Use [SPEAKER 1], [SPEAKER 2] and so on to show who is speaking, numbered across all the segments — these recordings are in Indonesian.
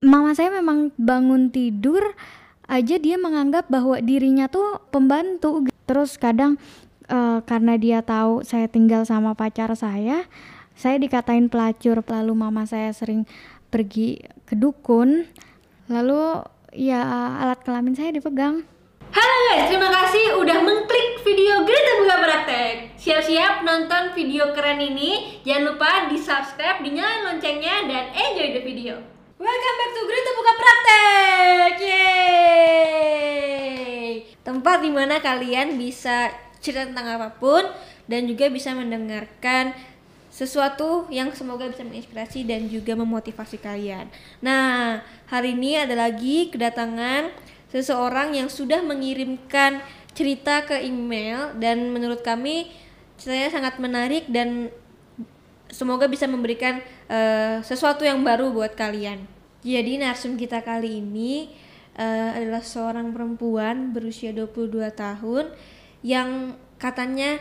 [SPEAKER 1] Mama saya memang bangun tidur aja dia menganggap bahwa dirinya tuh pembantu. Terus kadang karena dia tahu saya tinggal sama pacar saya dikatain pelacur. Lalu mama saya sering pergi ke dukun, lalu ya alat kelamin saya dipegang.
[SPEAKER 2] Halo guys, terima kasih udah mengklik video Grita Buka Praktek. Siap-siap nonton video keren ini. Jangan lupa di subscribe, dinyalain loncengnya, dan enjoy the video. Welcome back to Grita Buka Praktek. Yeay! Tempat dimana kalian bisa cerita tentang apapun dan juga bisa mendengarkan sesuatu yang semoga bisa menginspirasi dan juga memotivasi kalian. Nah, hari ini ada lagi kedatangan seseorang yang sudah mengirimkan cerita ke email, dan menurut kami ceritanya sangat menarik dan semoga bisa memberikan sesuatu yang baru buat kalian. Jadi narsum kita kali ini adalah seorang perempuan berusia 22 tahun yang katanya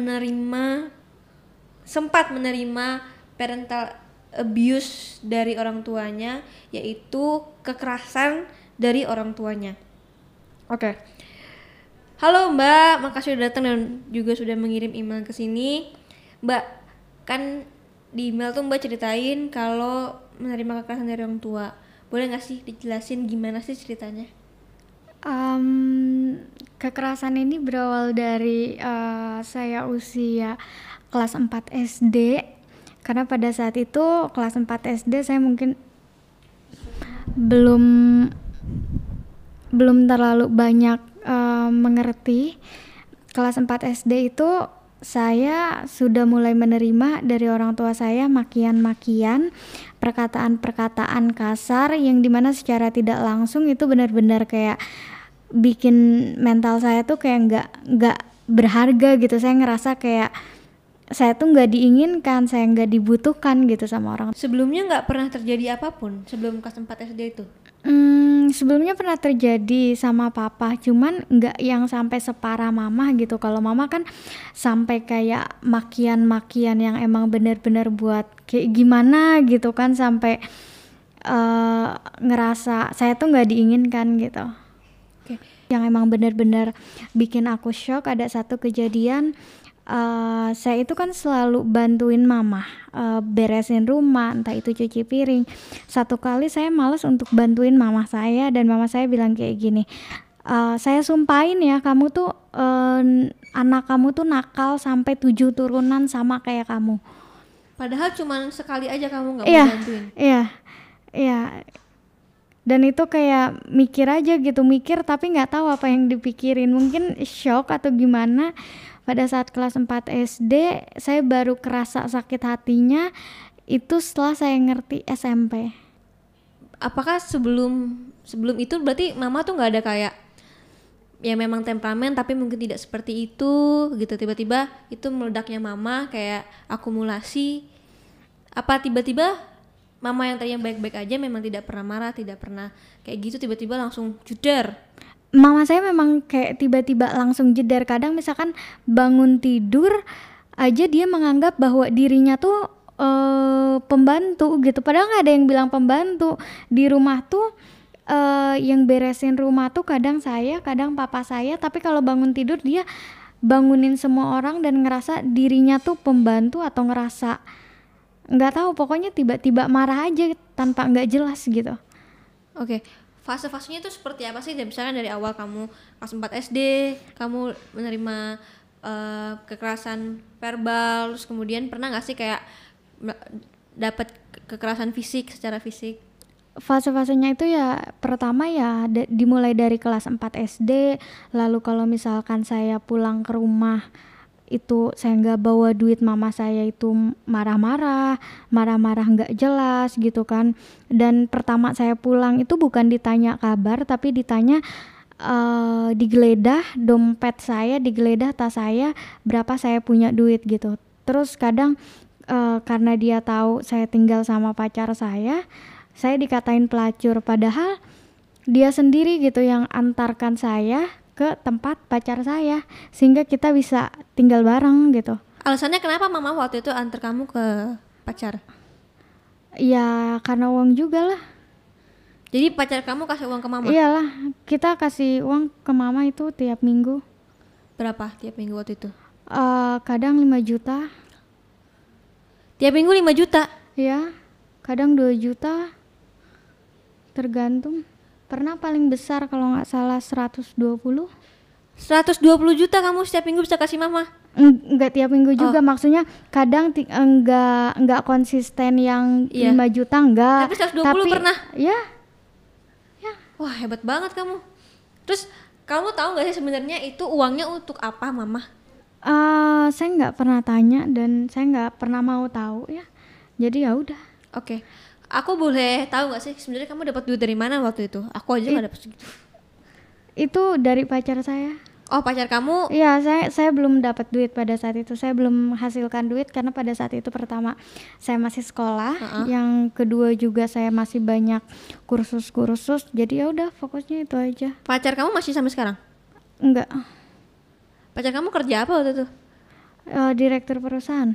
[SPEAKER 2] sempat menerima parental abuse dari orang tuanya, yaitu kekerasan dari orang tuanya. Oke. Halo Mbak, makasih sudah datang dan juga sudah mengirim email ke sini. Mbak, kan di email tuh Mbak ceritain kalau menerima kekerasan dari orang tua. Boleh nggak sih dijelasin gimana sih ceritanya?
[SPEAKER 1] Kekerasan ini berawal dari saya usia kelas 4 SD. Karena pada saat itu kelas 4 SD saya mungkin belum terlalu banyak mengerti. Kelas 4 SD itu saya sudah mulai menerima dari orang tua saya makian-makian, perkataan-perkataan kasar yang dimana secara tidak langsung itu benar-benar kayak bikin mental saya tuh kayak nggak berharga gitu. Saya ngerasa kayak saya tuh nggak diinginkan, saya nggak dibutuhkan gitu sama orang.
[SPEAKER 2] Sebelumnya nggak pernah terjadi apapun sebelum kelas 4 SD itu?
[SPEAKER 1] Sebelumnya pernah terjadi sama papa, cuman nggak yang sampai separah mama gitu. Kalau mama kan sampai kayak makian-makian yang emang bener-bener buat kayak gimana gitu kan, sampai ngerasa saya tuh nggak diinginkan gitu.
[SPEAKER 2] Oke.
[SPEAKER 1] Yang emang bener-bener bikin aku shock, ada satu kejadian. Saya itu kan selalu bantuin mama beresin rumah, entah itu cuci piring. Satu kali saya malas untuk bantuin mama saya, dan mama saya bilang kayak gini, saya sumpahin ya, kamu tuh anak kamu tuh nakal sampai 7 turunan sama kayak kamu.
[SPEAKER 2] Padahal cuma sekali aja kamu nggak
[SPEAKER 1] Iya,
[SPEAKER 2] mau bantuin.
[SPEAKER 1] iya. Dan itu kayak mikir aja gitu, tapi nggak tahu apa yang dipikirin, mungkin shock atau gimana. Pada saat kelas 4 SD saya baru kerasa sakit hatinya itu setelah saya ngerti SMP.
[SPEAKER 2] Apakah sebelum itu berarti mama tuh nggak ada kayak ya memang temperamen tapi mungkin tidak seperti itu gitu, tiba-tiba itu meledaknya mama kayak akumulasi? Apa tiba-tiba mama yang tadinya baik-baik aja memang tidak pernah marah, tidak pernah kayak gitu, tiba-tiba langsung juder?
[SPEAKER 1] Mama saya memang kayak tiba-tiba langsung jedar. Kadang misalkan bangun tidur aja dia menganggap bahwa dirinya tuh pembantu gitu, padahal nggak ada yang bilang pembantu. Di rumah tuh yang beresin rumah tuh kadang saya, kadang papa saya, tapi kalau bangun tidur dia bangunin semua orang dan ngerasa dirinya tuh pembantu, atau ngerasa nggak tahu, pokoknya tiba-tiba marah aja tanpa nggak jelas gitu.
[SPEAKER 2] Oke. Fase-fasenya itu seperti apa sih? Dan misalkan dari awal kamu kelas 4 SD, kamu menerima kekerasan verbal, terus kemudian pernah nggak sih kayak dapat kekerasan fisik, secara fisik?
[SPEAKER 1] Fase-fasenya itu ya pertama ya dimulai dari kelas 4 SD. Lalu kalau misalkan saya pulang ke rumah itu saya nggak bawa duit, mama saya itu marah-marah nggak jelas gitu kan. Dan pertama saya pulang itu bukan ditanya kabar, tapi ditanya digeledah dompet saya, digeledah tas saya, berapa saya punya duit gitu. Terus kadang karena dia tahu saya tinggal sama pacar saya dikatain pelacur, padahal dia sendiri gitu yang antarkan saya ke tempat pacar saya sehingga kita bisa tinggal bareng gitu.
[SPEAKER 2] Alasannya kenapa mama waktu itu antar kamu ke pacar?
[SPEAKER 1] Ya karena uang juga lah.
[SPEAKER 2] Jadi pacar kamu kasih uang ke mama?
[SPEAKER 1] Iyalah, kita kasih uang ke mama itu tiap minggu.
[SPEAKER 2] Berapa tiap minggu waktu itu?
[SPEAKER 1] Kadang 5 juta.
[SPEAKER 2] Tiap minggu 5 juta?
[SPEAKER 1] Ya, kadang 2 juta. Tergantung. Pernah paling besar kalau nggak salah 120.
[SPEAKER 2] 120 juta kamu setiap minggu bisa kasih mama?
[SPEAKER 1] Enggak tiap minggu juga, maksudnya kadang enggak konsisten yang 5 juta enggak.
[SPEAKER 2] Tapi 120 pernah?
[SPEAKER 1] Ya.
[SPEAKER 2] Wah, hebat banget kamu. Terus kamu tahu nggak sih sebenarnya itu uangnya untuk apa, mama?
[SPEAKER 1] Saya nggak pernah tanya dan saya nggak pernah mau tahu ya. Jadi ya udah.
[SPEAKER 2] Oke. Aku boleh tahu nggak sih sebenarnya kamu dapat duit dari mana waktu itu? Aku aja nggak dapat segitu.
[SPEAKER 1] Itu dari pacar saya.
[SPEAKER 2] Oh, pacar kamu?
[SPEAKER 1] Iya, saya belum dapat duit pada saat itu. Saya belum menghasilkan duit karena pada saat itu pertama saya masih sekolah, yang kedua juga saya masih banyak kursus-kursus. Jadi ya udah fokusnya itu aja.
[SPEAKER 2] Pacar kamu masih sampai sekarang?
[SPEAKER 1] Enggak.
[SPEAKER 2] Pacar kamu kerja apa waktu itu?
[SPEAKER 1] Direktur perusahaan.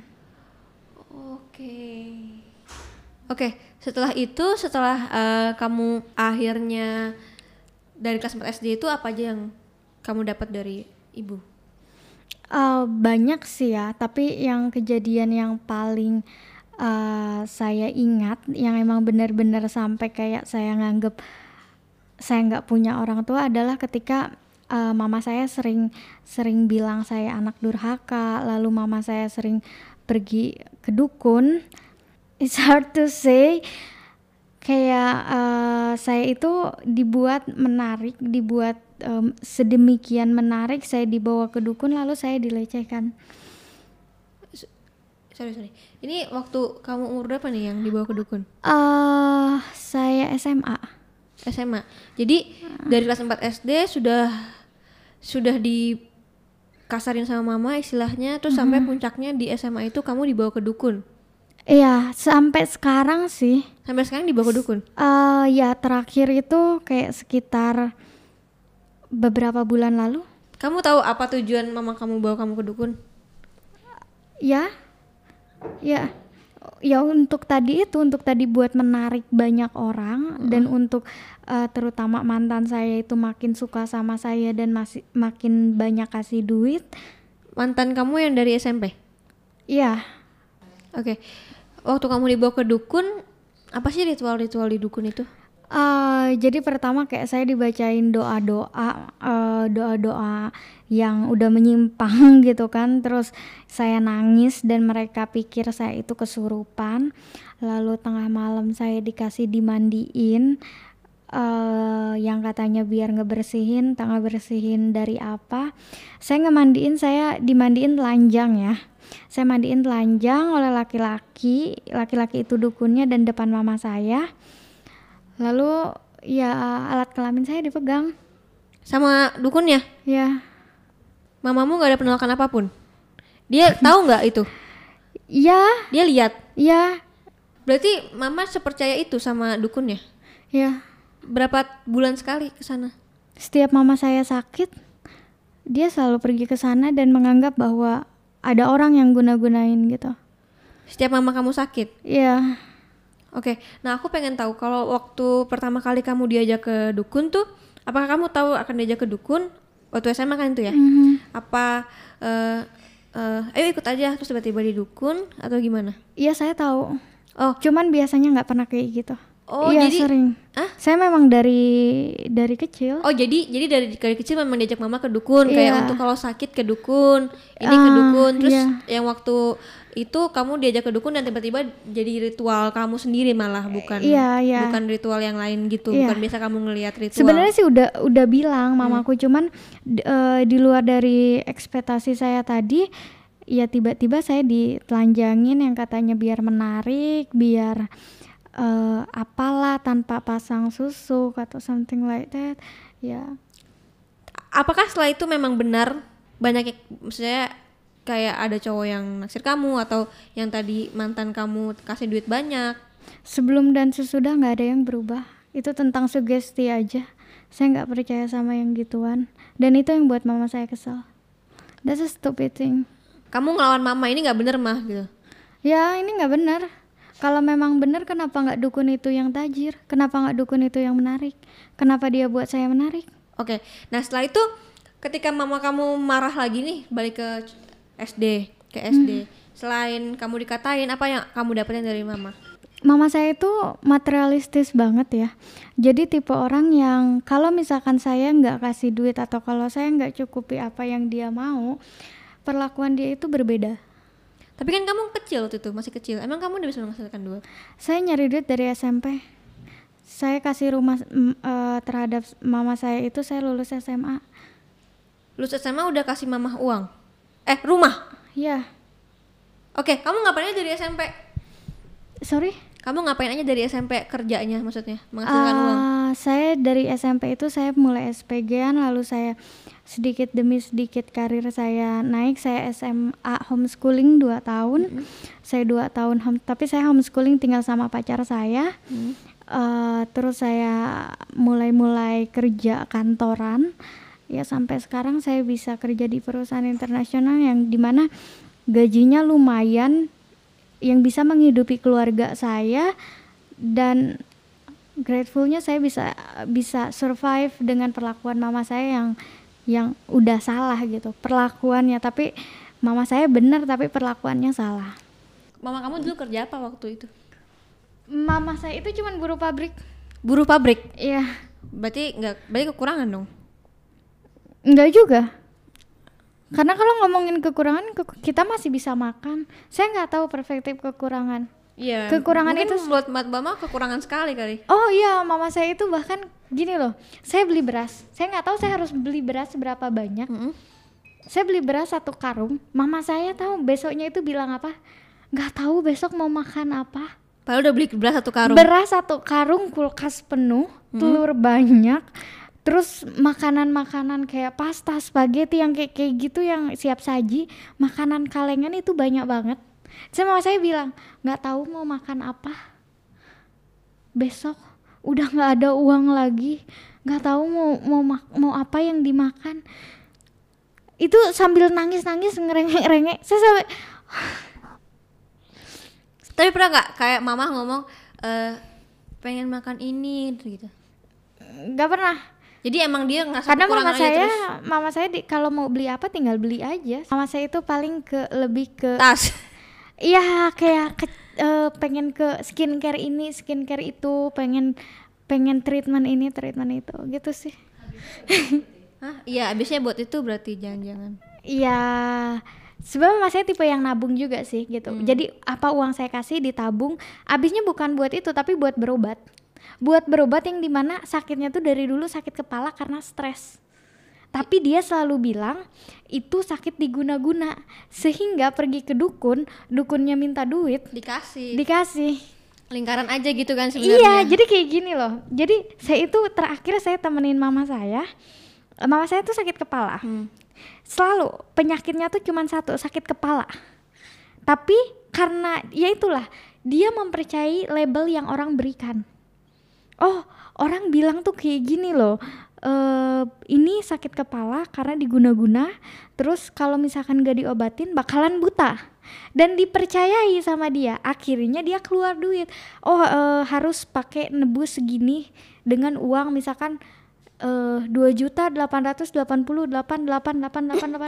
[SPEAKER 2] Oke, setelah itu, kamu akhirnya dari kelas 4 SD itu apa aja yang kamu dapat dari ibu?
[SPEAKER 1] Banyak sih ya, tapi yang kejadian yang paling saya ingat, yang emang benar-benar sampai kayak saya nganggep saya nggak punya orang tua adalah ketika mama saya sering bilang saya anak durhaka, lalu mama saya sering pergi ke dukun. It's hard to say, kayak saya itu dibuat sedemikian menarik, saya dibawa ke dukun lalu saya dilecehkan.
[SPEAKER 2] Sorry. Ini waktu kamu umur berapa nih yang dibawa ke dukun?
[SPEAKER 1] Saya SMA.
[SPEAKER 2] Jadi dari kelas 4 SD sudah dikasarin sama mama istilahnya, terus sampai puncaknya di SMA itu kamu dibawa ke dukun.
[SPEAKER 1] Iya, sampai sekarang sih.
[SPEAKER 2] Sampai sekarang dibawa ke dukun?
[SPEAKER 1] Ya terakhir itu kayak sekitar beberapa bulan lalu.
[SPEAKER 2] Kamu tahu apa tujuan mama kamu bawa kamu ke dukun?
[SPEAKER 1] Ya untuk tadi buat menarik banyak orang, dan untuk terutama mantan saya itu makin suka sama saya dan makin banyak kasih duit.
[SPEAKER 2] Mantan kamu yang dari SMP?
[SPEAKER 1] Iya.
[SPEAKER 2] Oke. Waktu kamu dibawa ke dukun, apa sih ritual-ritual di dukun itu?
[SPEAKER 1] Jadi pertama kayak saya dibacain doa-doa yang udah menyimpang gitu kan, terus saya nangis dan mereka pikir saya itu kesurupan. Lalu tengah malam saya dikasih dimandiin, yang katanya biar ngebersihin, tak ngebersihin dari apa. Saya dimandiin telanjang ya. Saya mandiin telanjang oleh laki-laki itu dukunnya dan depan mama saya. Lalu ya alat kelamin saya dipegang
[SPEAKER 2] sama dukunnya?
[SPEAKER 1] Ya.
[SPEAKER 2] Mamamu gak ada penolakan apapun? Dia tahu gak itu?
[SPEAKER 1] Iya.
[SPEAKER 2] Dia lihat?
[SPEAKER 1] Iya.
[SPEAKER 2] Berarti mama sepercaya itu sama dukunnya?
[SPEAKER 1] Ya.
[SPEAKER 2] Berapa bulan sekali ke sana?
[SPEAKER 1] Setiap mama saya sakit, dia selalu pergi ke sana dan menganggap bahwa ada orang yang guna-gunain gitu.
[SPEAKER 2] Setiap mama kamu sakit?
[SPEAKER 1] Iya.
[SPEAKER 2] Oke, nah aku pengen tahu kalau waktu pertama kali kamu diajak ke dukun tuh, apakah kamu tahu akan diajak ke dukun? Waktu SMA kan itu ya? Apa ayo ikut aja terus tiba-tiba di dukun atau gimana?
[SPEAKER 1] Iya, saya tahu.
[SPEAKER 2] Oh,
[SPEAKER 1] cuman biasanya nggak pernah kayak gitu.
[SPEAKER 2] Oh,
[SPEAKER 1] iya,
[SPEAKER 2] jadi
[SPEAKER 1] sering. Saya memang dari kecil.
[SPEAKER 2] Oh, jadi dari kecil memang diajak mama ke dukun, kayak untuk kalau sakit ke dukun, ini ke dukun. Terus yang waktu itu kamu diajak ke dukun dan tiba-tiba jadi ritual kamu sendiri malah, bukan ritual yang lain gitu, bukan biasa kamu ngelihat ritual.
[SPEAKER 1] Sebenarnya sih udah bilang mamaku, cuman di luar dari ekspektasi saya tadi, ya tiba-tiba saya ditelanjangin yang katanya biar menarik, biar apalah tanpa pasang susuk atau something like that. Ya.
[SPEAKER 2] Apakah setelah itu memang benar banyak, maksudnya kayak ada cowok yang naksir kamu atau yang tadi mantan kamu kasih duit banyak?
[SPEAKER 1] Sebelum dan sesudah nggak ada yang berubah. Itu tentang sugesti aja. Saya nggak percaya sama yang gituan. Dan itu yang buat mama saya kesel. That's a stupid thing.
[SPEAKER 2] Kamu ngelawan mama ini nggak bener mah gitu?
[SPEAKER 1] Ya, ini nggak bener. Kalau memang benar, kenapa nggak dukun itu yang tajir? Kenapa nggak dukun itu yang menarik? Kenapa dia buat saya menarik?
[SPEAKER 2] Oke, nah setelah itu ketika mama kamu marah lagi nih balik ke SD, selain kamu dikatain, apa yang kamu dapetin dari mama?
[SPEAKER 1] Mama saya itu materialistis banget ya. Jadi tipe orang yang kalau misalkan saya nggak kasih duit atau kalau saya nggak cukupi apa yang dia mau, perlakuan dia itu berbeda.
[SPEAKER 2] Tapi kan kamu kecil waktu itu, masih kecil. Emang kamu udah bisa menghasilkan duit?
[SPEAKER 1] Saya nyari duit dari SMP. Saya kasih rumah terhadap mama saya itu saya lulus SMA.
[SPEAKER 2] Lulus SMA udah kasih mama uang? Rumah?
[SPEAKER 1] Ya,
[SPEAKER 2] Oke, kamu ngapain aja dari SMP?
[SPEAKER 1] sorry.
[SPEAKER 2] Kamu ngapain aja dari SMP kerjanya maksudnya? Menghasilkan uang?
[SPEAKER 1] Saya dari SMP itu saya mulai SPG-an, lalu saya sedikit demi sedikit karir saya naik. Saya SMA homeschooling 2 tahun. Saya 2 tahun tapi saya homeschooling tinggal sama pacar saya. Terus saya mulai kerja kantoran. Ya sampai sekarang saya bisa kerja di perusahaan internasional yang dimana gajinya lumayan, yang bisa menghidupi keluarga saya, dan gratefulnya saya bisa survive dengan perlakuan mama saya yang udah salah gitu perlakuannya, tapi mama saya benar tapi perlakuannya salah.
[SPEAKER 2] Mama kamu dulu kerja apa waktu itu?
[SPEAKER 1] Mama saya itu cuman buruh pabrik.
[SPEAKER 2] Buruh pabrik?
[SPEAKER 1] Iya.
[SPEAKER 2] Berarti kekurangan dong?
[SPEAKER 1] Enggak juga. Karena kalau ngomongin kekurangan, kita masih bisa makan. Saya nggak tahu perspektif kekurangan.
[SPEAKER 2] Iya.
[SPEAKER 1] Kekurangan
[SPEAKER 2] mungkin
[SPEAKER 1] itu
[SPEAKER 2] buat mama kekurangan sekali kali.
[SPEAKER 1] Oh iya, mama saya itu bahkan gini loh. Saya beli beras. Saya nggak tahu saya harus beli beras seberapa banyak. Saya beli beras 1 karung. Mama saya tahu besoknya itu bilang apa? Nggak tahu besok mau makan apa.
[SPEAKER 2] Padahal udah beli beras 1 karung.
[SPEAKER 1] Beras 1 karung, kulkas penuh, telur banyak. Terus makanan-makanan kayak pasta, spaghetti yang kayak gitu yang siap saji, makanan kalengan itu banyak banget. Sama saya bilang, nggak tahu mau makan apa. Besok udah nggak ada uang lagi, nggak tahu mau apa yang dimakan. Itu sambil nangis-nangis ngerengek-rengek. Saya sampai
[SPEAKER 2] Tapi pernah nggak kayak mama ngomong pengen makan ini gitu?
[SPEAKER 1] nggak pernah.
[SPEAKER 2] Jadi emang dia ngerasa
[SPEAKER 1] Karena
[SPEAKER 2] kekurangan aja terus.
[SPEAKER 1] mama saya kalau mau beli apa tinggal beli aja. Mama saya itu paling lebih ke
[SPEAKER 2] Tas.
[SPEAKER 1] iya kayak pengen ke skincare ini, skincare itu, pengen treatment ini, treatment itu, gitu sih.
[SPEAKER 2] Hah? Iya, abisnya buat itu berarti jangan-jangan.
[SPEAKER 1] Iya, sebenarnya mas saya tipe yang nabung juga sih gitu. Jadi apa uang saya kasih ditabung, abisnya bukan buat itu tapi buat berobat. Buat berobat yang dimana sakitnya tuh dari dulu sakit kepala karena stres. Tapi dia selalu bilang itu sakit diguna-guna, sehingga pergi ke dukun, dukunnya minta duit, dikasih.
[SPEAKER 2] Lingkaran aja gitu kan sebenarnya.
[SPEAKER 1] Iya, jadi kayak gini loh. Jadi saya itu terakhir saya temenin mama saya. Mama saya tuh sakit kepala. Selalu penyakitnya tuh cuma satu, sakit kepala. Tapi karena ya itulah, dia mempercayai label yang orang berikan. Oh, orang bilang tuh kayak gini loh. Ini sakit kepala karena diguna-guna, terus kalau misalkan gak diobatin bakalan buta, dan dipercayai sama dia. Akhirnya dia keluar duit. Harus pakai nebus segini dengan uang misalkan 2.888.888.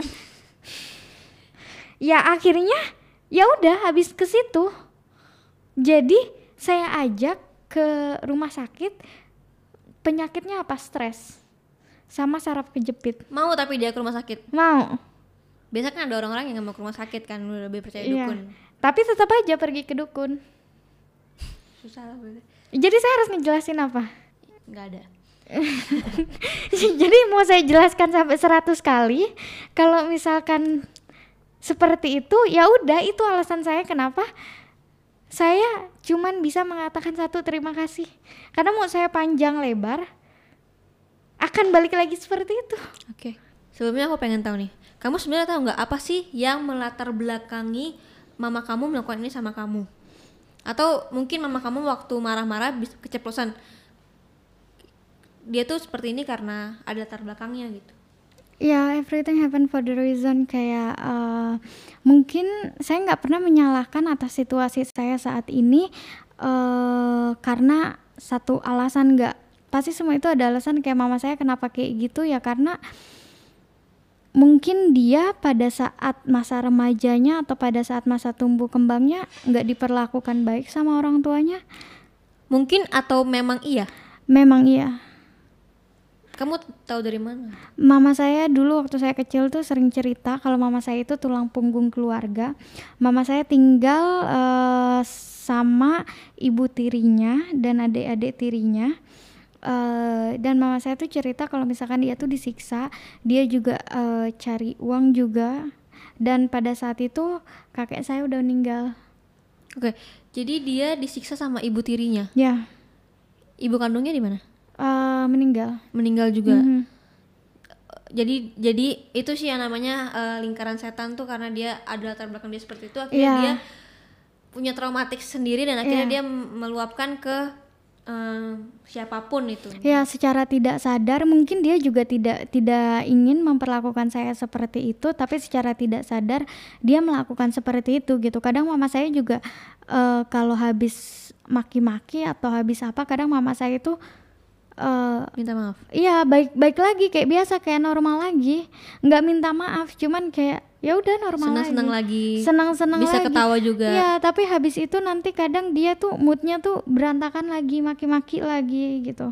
[SPEAKER 1] Ya akhirnya ya udah habis ke situ. Jadi saya ajak ke rumah sakit, penyakitnya apa? Stres sama saraf kejepit.
[SPEAKER 2] Mau tapi dia ke rumah sakit?
[SPEAKER 1] Mau.
[SPEAKER 2] Biasa kan ada orang-orang yang gak mau ke rumah sakit kan, lebih percaya
[SPEAKER 1] Iya.
[SPEAKER 2] dukun.
[SPEAKER 1] Tapi tetap aja pergi ke dukun.
[SPEAKER 2] Susah lah berarti.
[SPEAKER 1] Jadi saya harus ngejelasin apa?
[SPEAKER 2] Gak ada.
[SPEAKER 1] Jadi mau saya jelaskan sampai 100 kali, kalau misalkan seperti itu ya udah, itu alasan saya kenapa saya cuman bisa mengatakan satu, terima kasih. Karena mau saya panjang lebar akan balik lagi seperti itu.
[SPEAKER 2] Oke. Sebelumnya aku pengen tahu nih, kamu sebenarnya tahu nggak apa sih yang melatar belakangi mama kamu melakukan ini sama kamu? Atau mungkin mama kamu waktu marah-marah keceplosan, dia tuh seperti ini karena ada latar belakangnya gitu.
[SPEAKER 1] Ya, everything happen for the reason, kayak mungkin saya nggak pernah menyalahkan atas situasi saya saat ini karena satu alasan, nggak pasti semua itu ada alasan. Kayak mama saya kenapa kayak gitu ya, karena mungkin dia pada saat masa remajanya atau pada saat masa tumbuh kembangnya nggak diperlakukan baik sama orang tuanya.
[SPEAKER 2] Mungkin atau memang iya?
[SPEAKER 1] Memang iya.
[SPEAKER 2] Kamu tahu dari mana?
[SPEAKER 1] Mama saya dulu waktu saya kecil tuh sering cerita kalau mama saya itu tulang punggung keluarga. Mama saya tinggal sama ibu tirinya dan adik-adik tirinya. Dan mama saya tuh cerita kalau misalkan dia tuh disiksa, dia juga cari uang juga. Dan pada saat itu kakek saya udah meninggal.
[SPEAKER 2] Oke, jadi dia disiksa sama ibu tirinya.
[SPEAKER 1] Ya,
[SPEAKER 2] Ibu kandungnya di mana?
[SPEAKER 1] meninggal.
[SPEAKER 2] Meninggal juga.
[SPEAKER 1] Mhm.
[SPEAKER 2] Jadi itu sih yang namanya lingkaran setan tuh, karena dia ada latar belakang dia seperti itu, akhirnya
[SPEAKER 1] Iya.
[SPEAKER 2] dia punya traumatik sendiri dan akhirnya
[SPEAKER 1] Iya.
[SPEAKER 2] dia meluapkan ke siapapun itu.
[SPEAKER 1] Ya, secara tidak sadar mungkin dia juga tidak ingin memperlakukan saya seperti itu, tapi secara tidak sadar dia melakukan seperti itu gitu. Kadang mama saya juga kalau habis maki-maki atau habis apa, kadang mama saya itu
[SPEAKER 2] Minta maaf.
[SPEAKER 1] iya baik lagi kayak biasa, kayak normal lagi, nggak minta maaf, cuman kayak ya udah normal
[SPEAKER 2] Senang-senang lagi.
[SPEAKER 1] senang-senang
[SPEAKER 2] Bisa
[SPEAKER 1] lagi.
[SPEAKER 2] ketawa juga.
[SPEAKER 1] Iya, tapi habis itu nanti kadang dia tuh moodnya tuh berantakan lagi, maki-maki lagi gitu.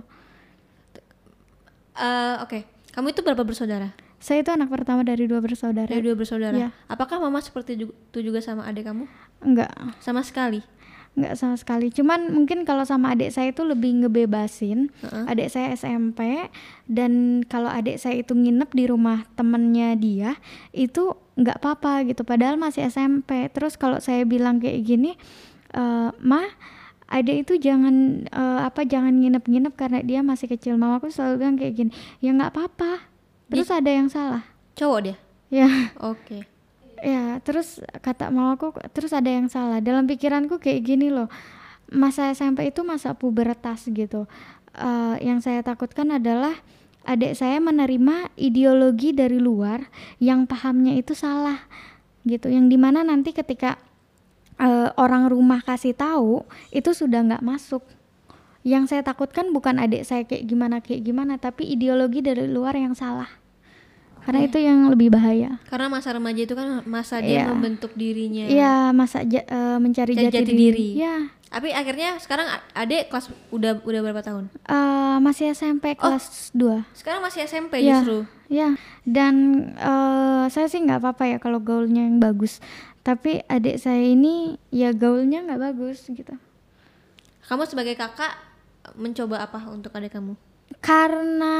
[SPEAKER 2] Oke. Kamu itu berapa bersaudara?
[SPEAKER 1] Saya itu anak pertama dari 2 bersaudara.
[SPEAKER 2] Dari 2 bersaudara.
[SPEAKER 1] Iya.
[SPEAKER 2] Apakah mama seperti itu juga sama adik kamu?
[SPEAKER 1] Enggak
[SPEAKER 2] Sama sekali.
[SPEAKER 1] sama sekali. Cuman mungkin kalau sama adik saya itu lebih ngebebasin.
[SPEAKER 2] Heeh.
[SPEAKER 1] Adik saya SMP, dan kalau adik saya itu nginep di rumah temennya dia, itu nggak apa-apa gitu. Padahal masih SMP. Terus kalau saya bilang kayak gini, Ma, adik itu jangan jangan nginep-nginep karena dia masih kecil. Mamaku selalu bilang kayak gini, ya nggak apa-apa. Terus ada yang salah?
[SPEAKER 2] Cowok dia?
[SPEAKER 1] Ya.
[SPEAKER 2] Oke.
[SPEAKER 1] Ya, terus kata mamaku, terus ada yang salah. Dalam pikiranku kayak gini loh, masa SMP itu masa pubertas gitu. Yang saya takutkan adalah adik saya menerima ideologi dari luar yang pahamnya itu salah gitu. Yang dimana nanti ketika orang rumah kasih tahu, itu sudah nggak masuk. Yang saya takutkan bukan adik saya kayak gimana, tapi ideologi dari luar yang salah. Karena itu yang lebih bahaya.
[SPEAKER 2] Karena masa remaja itu kan masa dia
[SPEAKER 1] Iya.
[SPEAKER 2] membentuk dirinya.
[SPEAKER 1] Iya, masa mencari
[SPEAKER 2] Cari
[SPEAKER 1] jati
[SPEAKER 2] jati diri.
[SPEAKER 1] Ya,
[SPEAKER 2] Tapi akhirnya sekarang adik kelas udah berapa tahun?
[SPEAKER 1] masih SMP kelas 2.
[SPEAKER 2] Sekarang masih SMP
[SPEAKER 1] Ya,
[SPEAKER 2] justru.
[SPEAKER 1] ya. Dan saya sih nggak apa-apa ya kalau gaulnya yang bagus. Tapi adik saya ini ya gaulnya nggak bagus gitu.
[SPEAKER 2] Kamu sebagai kakak mencoba apa untuk adik kamu?
[SPEAKER 1] Karena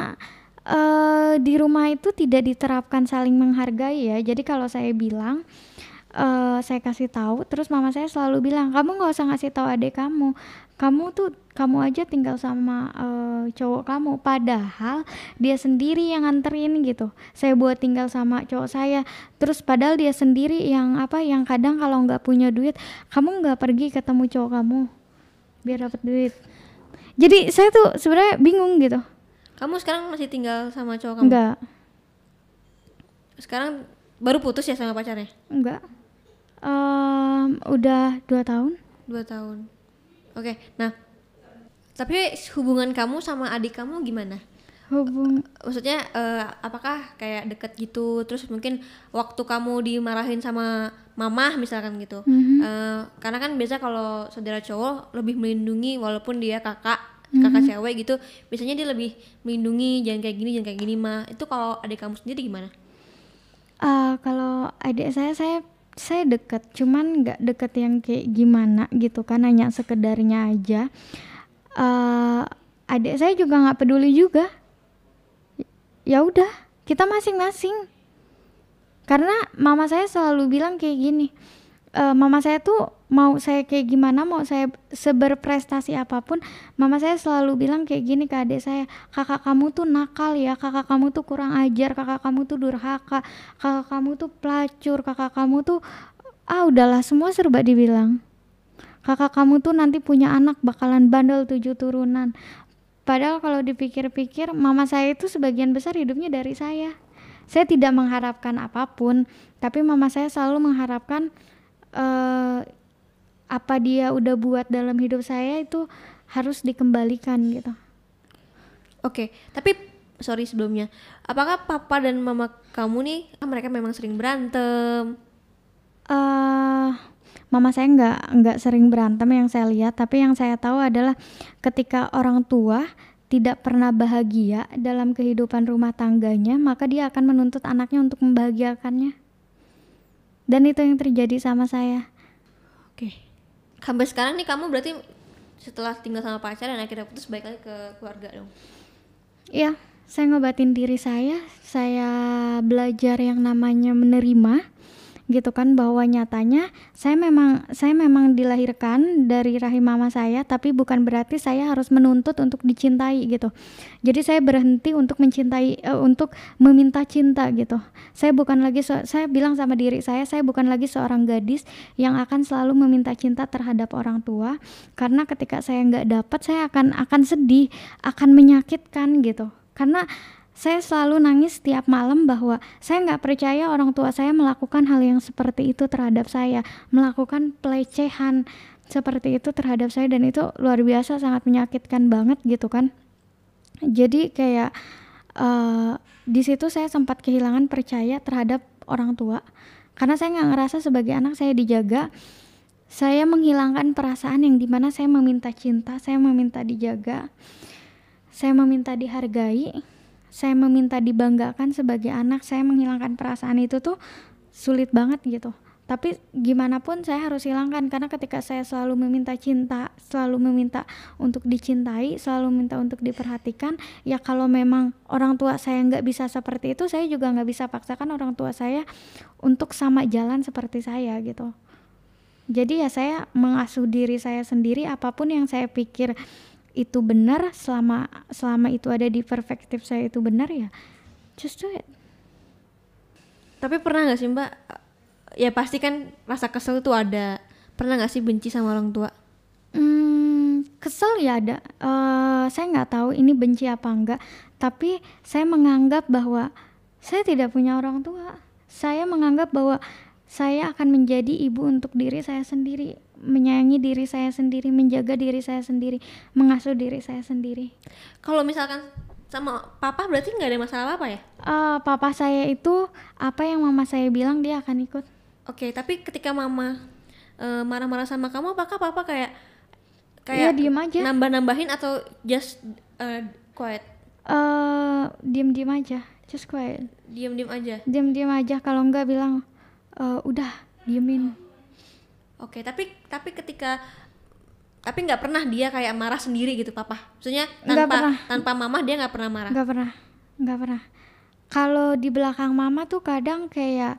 [SPEAKER 1] di rumah itu tidak diterapkan saling menghargai ya. Jadi kalau saya bilang, saya kasih tahu, terus mama saya selalu bilang, kamu nggak usah ngasih tahu adik kamu. Kamu aja tinggal sama cowok kamu. Padahal dia sendiri yang nganterin gitu. Saya buat tinggal sama cowok saya. Terus padahal dia sendiri yang kadang kalau nggak punya duit, kamu nggak pergi ketemu cowok kamu biar dapat duit. Jadi saya tuh sebenarnya bingung gitu.
[SPEAKER 2] Kamu sekarang masih tinggal sama cowok kamu?
[SPEAKER 1] Enggak.
[SPEAKER 2] Sekarang baru putus ya sama pacarnya?
[SPEAKER 1] Enggak. Udah 2 tahun.
[SPEAKER 2] 2 tahun. Oke, nah tapi hubungan kamu sama adik kamu gimana? Maksudnya apakah kayak deket gitu, terus mungkin waktu kamu dimarahin sama mamah misalkan gitu, karena kan biasa kalau saudara cowok lebih melindungi walaupun dia kakak cewek gitu, biasanya dia lebih melindungi, jangan kayak gini mah. Itu kalau adik kamu sendiri gimana?
[SPEAKER 1] Kalau adik saya deket, cuman nggak deket yang kayak gimana gitu kan, hanya sekedarnya aja. Adik saya juga nggak peduli juga. Ya udah, kita masing-masing. Karena mama saya selalu bilang kayak gini, mama saya tuh mau saya kayak gimana, mau saya seberprestasi apapun, mama saya selalu bilang kayak gini ke adik saya, kakak kamu tuh nakal ya, kakak kamu tuh kurang ajar, kakak kamu tuh durhaka, kakak kamu tuh pelacur, kakak kamu tuh udahlah semua serba dibilang. Kakak kamu tuh nanti punya anak bakalan bandel 7 turunan. Padahal kalau dipikir-pikir, mama saya itu sebagian besar hidupnya dari saya. Saya tidak mengharapkan apapun, tapi mama saya selalu mengharapkan apa dia udah buat dalam hidup saya itu harus dikembalikan gitu.
[SPEAKER 2] Oke, tapi sorry sebelumnya, apakah papa dan mama kamu nih mereka memang sering berantem?
[SPEAKER 1] Mama saya nggak sering berantem yang saya lihat, tapi yang saya tahu adalah ketika orang tua tidak pernah bahagia dalam kehidupan rumah tangganya, maka dia akan menuntut anaknya untuk membahagiakannya. Dan itu yang terjadi sama saya.
[SPEAKER 2] Oke. Sampai sekarang nih kamu berarti setelah tinggal sama pacar dan akhirnya putus balik lagi ke keluarga dong?
[SPEAKER 1] Iya, saya ngobatin diri saya belajar yang namanya menerima gitu kan, bahwa nyatanya saya memang dilahirkan dari rahim mama saya, tapi bukan berarti saya harus menuntut untuk dicintai gitu. Jadi saya berhenti untuk mencintai, untuk meminta cinta gitu. Saya bukan lagi saya bilang sama diri saya bukan lagi seorang gadis yang akan selalu meminta cinta terhadap orang tua, karena ketika saya nggak dapat saya akan sedih, akan menyakitkan gitu. Karena saya selalu nangis setiap malam bahwa saya nggak percaya orang tua saya melakukan hal yang seperti itu terhadap saya, melakukan pelecehan seperti itu terhadap saya, dan itu luar biasa sangat menyakitkan banget gitu kan. Jadi kayak di situ saya sempat kehilangan percaya terhadap orang tua, karena saya nggak ngerasa sebagai anak saya dijaga. Saya menghilangkan perasaan yang dimana saya meminta cinta, saya meminta dijaga, saya meminta dihargai, saya meminta dibanggakan sebagai anak. Saya menghilangkan perasaan itu tuh sulit banget gitu. Tapi gimana pun saya harus hilangkan, karena ketika saya selalu meminta cinta, selalu meminta untuk dicintai, selalu minta untuk diperhatikan, ya kalau memang orang tua saya nggak bisa seperti itu, saya juga nggak bisa paksakan orang tua saya untuk sama jalan seperti saya gitu. Jadi ya saya mengasuh diri saya sendiri, apapun yang saya pikir itu benar, selama itu ada di perspektif saya itu benar, ya just do it.
[SPEAKER 2] Tapi pernah nggak sih Mbak, ya pasti kan rasa kesel itu ada, pernah nggak sih benci sama orang tua?
[SPEAKER 1] Kesel ya ada. Saya nggak tahu ini benci apa enggak, tapi saya menganggap bahwa saya tidak punya orang tua. Saya menganggap bahwa saya akan menjadi ibu untuk diri saya sendiri, menyayangi diri saya sendiri, menjaga diri saya sendiri, mengasuh diri saya sendiri.
[SPEAKER 2] Kalau misalkan sama papa berarti nggak ada masalah apa ya?
[SPEAKER 1] Papa saya itu apa yang mama saya bilang dia akan ikut.
[SPEAKER 2] Oke, tapi ketika mama marah-marah sama kamu, apakah papa kayak
[SPEAKER 1] Ya diem aja,
[SPEAKER 2] nambah-nambahin atau just quiet?
[SPEAKER 1] Diem aja, just quiet.
[SPEAKER 2] Diem-diem aja.
[SPEAKER 1] Diem aja, kalau enggak bilang udah diemin.
[SPEAKER 2] Oke, tapi ketika tapi nggak pernah dia kayak marah sendiri gitu papa? Maksudnya tanpa mama dia nggak pernah marah?
[SPEAKER 1] Nggak pernah. Kalau di belakang mama tuh kadang kayak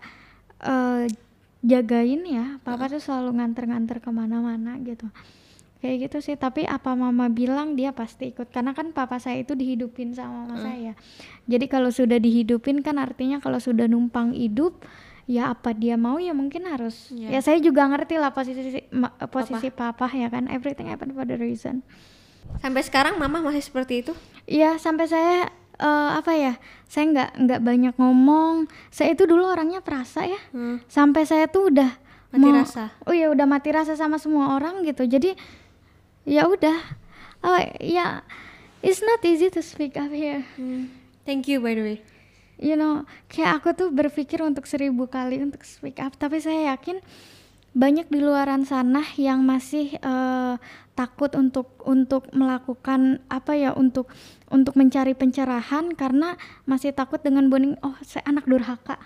[SPEAKER 1] jagain ya, papa tuh selalu nganter-nganter kemana-mana gitu. Kayak gitu sih, tapi apa mama bilang dia pasti ikut, karena kan papa saya itu dihidupin sama mama saya. Jadi kalau sudah dihidupin kan artinya kalau sudah numpang hidup, ya apa dia mau ya mungkin harus. Ya saya juga ngerti lah posisi papa ya kan, everything happen for the reason.
[SPEAKER 2] Sampai sekarang mama masih seperti itu?
[SPEAKER 1] Iya, sampai saya saya nggak banyak ngomong. Saya itu dulu orangnya perasa ya, sampai saya tuh udah
[SPEAKER 2] mati rasa.
[SPEAKER 1] Udah mati rasa sama semua orang gitu. Jadi ya udah, ya it's not easy to speak up here.
[SPEAKER 2] Thank you by the way.
[SPEAKER 1] You know, kayak aku tuh berpikir untuk 1000 kali untuk speak up, tapi saya yakin banyak di luaran sana yang masih takut untuk melakukan untuk mencari pencerahan, karena masih takut dengan bonding. Oh, saya anak durhaka.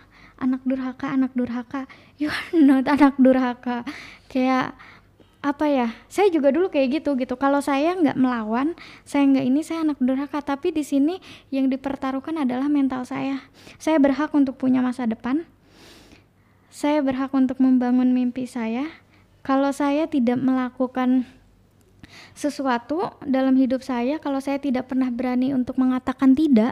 [SPEAKER 1] You are not anak durhaka. Kayak saya juga dulu kayak gitu. Kalau saya nggak melawan, saya nggak ini, saya anak durhaka. Tapi di sini yang dipertaruhkan adalah mental saya. Saya berhak untuk punya masa depan. Saya berhak untuk membangun mimpi saya. Kalau saya tidak melakukan sesuatu dalam hidup saya, kalau saya tidak pernah berani untuk mengatakan tidak,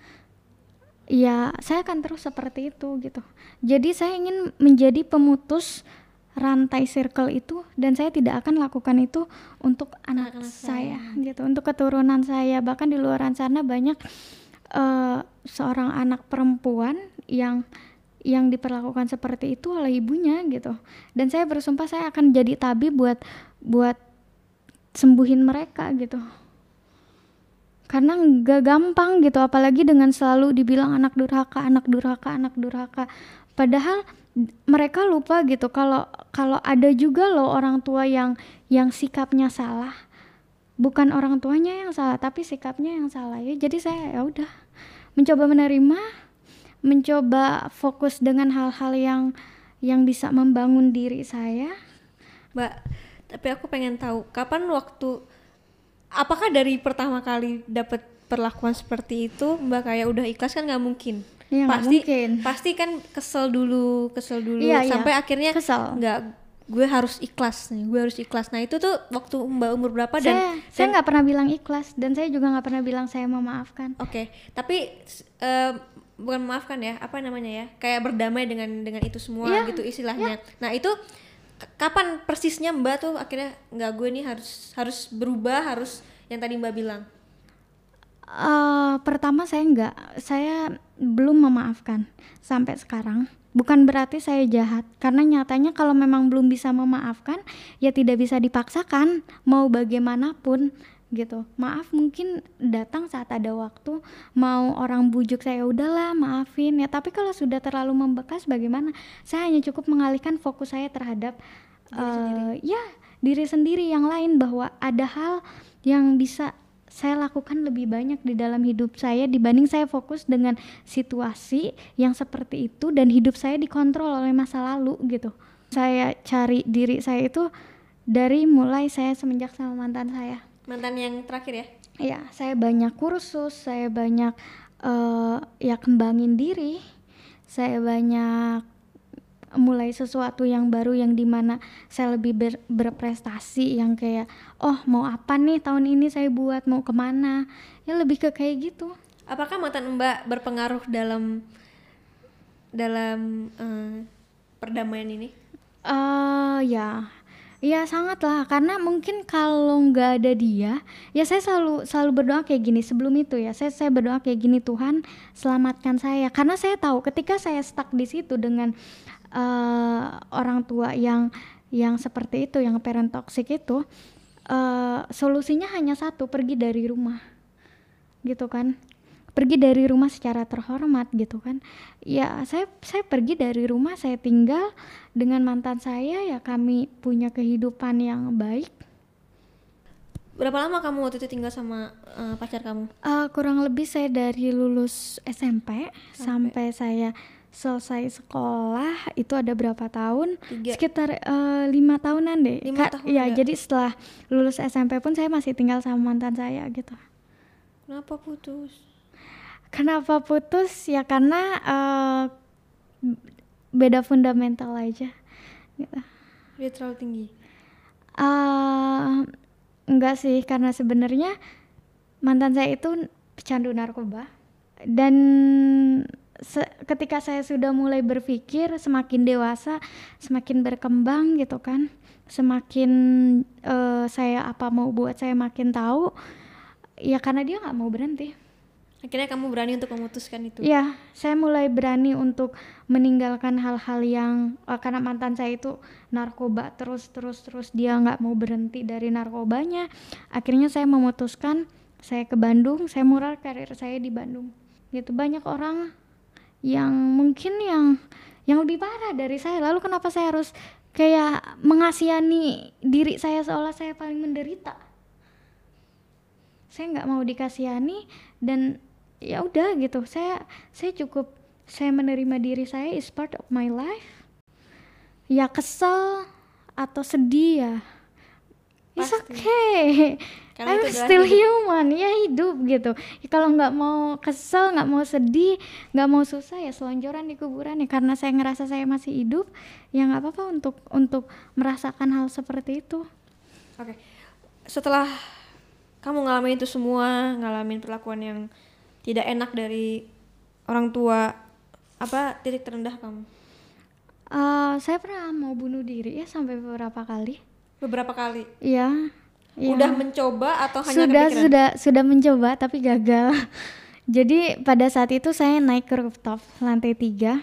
[SPEAKER 1] ya saya akan terus seperti itu gitu. Jadi saya ingin menjadi pemutus rantai circle itu, dan saya tidak akan lakukan itu untuk anak saya gitu, untuk keturunan saya. Bahkan di luar sana banyak seorang anak perempuan yang diperlakukan seperti itu oleh ibunya gitu. Dan saya bersumpah saya akan jadi tabib buat sembuhin mereka gitu. Karena nggak gampang gitu, apalagi dengan selalu dibilang anak durhaka, anak durhaka, anak durhaka. Padahal mereka lupa gitu kalau ada juga loh orang tua yang sikapnya salah. Bukan orang tuanya yang salah, tapi sikapnya yang salah ya. Jadi saya ya udah mencoba menerima, mencoba fokus dengan hal-hal yang bisa membangun diri saya.
[SPEAKER 2] Mbak, tapi aku pengen tahu apakah dari pertama kali dapat perlakuan seperti itu Mbak kayak udah ikhlas? Kan nggak mungkin.
[SPEAKER 1] Ya,
[SPEAKER 2] pasti kan kesel dulu
[SPEAKER 1] iya,
[SPEAKER 2] sampai akhirnya
[SPEAKER 1] kesel.
[SPEAKER 2] Nggak, gue harus ikhlas. Nah itu tuh waktu Mbak umur berapa?
[SPEAKER 1] Saya nggak pernah bilang ikhlas, dan saya juga nggak pernah bilang saya memaafkan.
[SPEAKER 2] Oke. Tapi bukan memaafkan ya, apa namanya ya, kayak berdamai dengan itu semua gitu istilahnya. Nah itu kapan persisnya Mbak tuh akhirnya nggak, gue nih harus berubah, harus yang tadi Mbak bilang?
[SPEAKER 1] Pertama saya belum memaafkan sampai sekarang. Bukan berarti saya jahat, karena nyatanya kalau memang belum bisa memaafkan ya tidak bisa dipaksakan mau bagaimanapun gitu. Maaf mungkin datang saat ada waktu, mau orang bujuk saya udahlah maafin ya, tapi kalau sudah terlalu membekas bagaimana? Saya hanya cukup mengalihkan fokus saya terhadap diri sendiri yang lain, bahwa ada hal yang bisa saya lakukan lebih banyak di dalam hidup saya dibanding saya fokus dengan situasi yang seperti itu dan hidup saya dikontrol oleh masa lalu gitu. Saya cari diri saya itu dari mulai saya semenjak sama mantan saya.
[SPEAKER 2] Mantan yang terakhir ya?
[SPEAKER 1] Iya, saya banyak kursus, saya banyak kembangin diri, saya banyak mulai sesuatu yang baru yang dimana saya lebih berprestasi, yang kayak mau apa nih tahun ini saya buat, mau kemana ya, lebih ke kayak gitu.
[SPEAKER 2] Apakah mantan Mbak berpengaruh dalam perdamaian ini?
[SPEAKER 1] Ya sangat lah, karena mungkin kalau nggak ada dia ya saya selalu berdoa kayak gini sebelum itu ya, saya berdoa kayak gini, Tuhan selamatkan saya, karena saya tahu ketika saya stuck di situ dengan orang tua yang seperti itu, yang parent toxic itu, solusinya hanya satu, pergi dari rumah gitu kan, pergi dari rumah secara terhormat gitu kan. Ya saya pergi dari rumah, saya tinggal dengan mantan saya, ya kami punya kehidupan yang baik.
[SPEAKER 2] Berapa lama kamu waktu itu tinggal sama pacar kamu?
[SPEAKER 1] Kurang lebih saya dari lulus SMP sampai saya selesai sekolah itu ada berapa tahun? Sekitar 5 tahunan deh.
[SPEAKER 2] 5 tahun
[SPEAKER 1] ya. Jadi setelah lulus SMP pun saya masih tinggal sama mantan saya gitu. Kenapa putus? Ya karena beda fundamental aja gitu.
[SPEAKER 2] Dia terlalu tinggi?
[SPEAKER 1] Enggak sih, karena sebenarnya mantan saya itu pecandu narkoba, dan ketika saya sudah mulai berpikir, semakin dewasa, semakin berkembang gitu kan, semakin saya apa mau buat saya makin tahu, ya karena dia nggak mau berhenti.
[SPEAKER 2] Akhirnya kamu berani untuk memutuskan itu?
[SPEAKER 1] Ya, saya mulai berani untuk meninggalkan hal-hal yang karena mantan saya itu narkoba terus dia nggak mau berhenti dari narkobanya. Akhirnya saya memutuskan saya ke Bandung, saya mulai karir saya di Bandung. Gitu, banyak orang yang mungkin yang lebih parah dari saya. Lalu kenapa saya harus kayak mengasihani diri saya seolah saya paling menderita? Saya nggak mau dikasihani, dan ya udah gitu. Saya cukup, saya menerima diri saya is part of my life. Ya kesel atau sedih ya, it's okay. I'm still human, ya hidup gitu. Ya, kalau nggak mau kesel, nggak mau sedih, nggak mau susah, ya selonjoran di kuburan ya. Karena saya ngerasa saya masih hidup, ya nggak apa-apa untuk merasakan hal seperti itu.
[SPEAKER 2] Oke. Setelah kamu ngalamin itu semua, ngalamin perlakuan yang tidak enak dari orang tua, apa titik terendah kamu?
[SPEAKER 1] Saya pernah mau bunuh diri ya sampai beberapa kali.
[SPEAKER 2] Beberapa kali?
[SPEAKER 1] Iya.
[SPEAKER 2] Udah mencoba atau hanya kepikiran?
[SPEAKER 1] Sudah mencoba tapi gagal. Jadi pada saat itu saya naik ke rooftop lantai 3.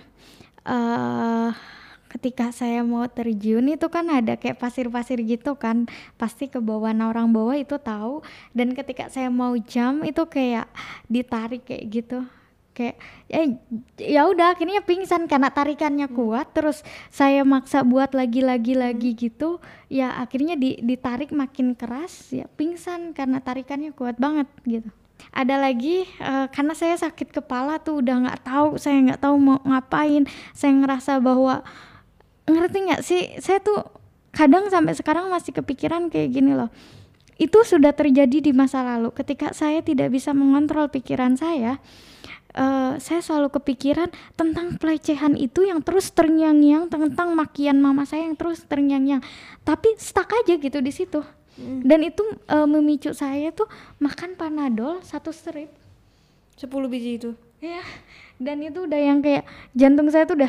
[SPEAKER 1] Ketika saya mau terjun itu kan ada kayak pasir-pasir gitu kan, pasti ke bawah. Nah orang bawah itu tahu, dan ketika saya mau jump itu kayak ditarik kayak gitu, kayak ya udah akhirnya pingsan karena tarikannya kuat. Terus saya maksa buat lagi gitu, ya akhirnya ditarik makin keras, ya pingsan karena tarikannya kuat banget gitu. Ada lagi karena saya sakit kepala tuh, udah saya nggak tahu mau ngapain. Saya ngerasa bahwa, ngerti nggak sih, saya tuh kadang sampai sekarang masih kepikiran kayak gini loh. Itu sudah terjadi di masa lalu ketika saya tidak bisa mengontrol pikiran saya. Saya selalu kepikiran tentang pelecehan itu yang terus terngiang-ngiang, tentang makian mama saya yang terus terngiang-ngiang, tapi stuck aja gitu di situ. Dan itu memicu saya tuh makan Panadol 1 strip
[SPEAKER 2] 10 biji itu.
[SPEAKER 1] ya. Dan itu udah yang kayak jantung saya tuh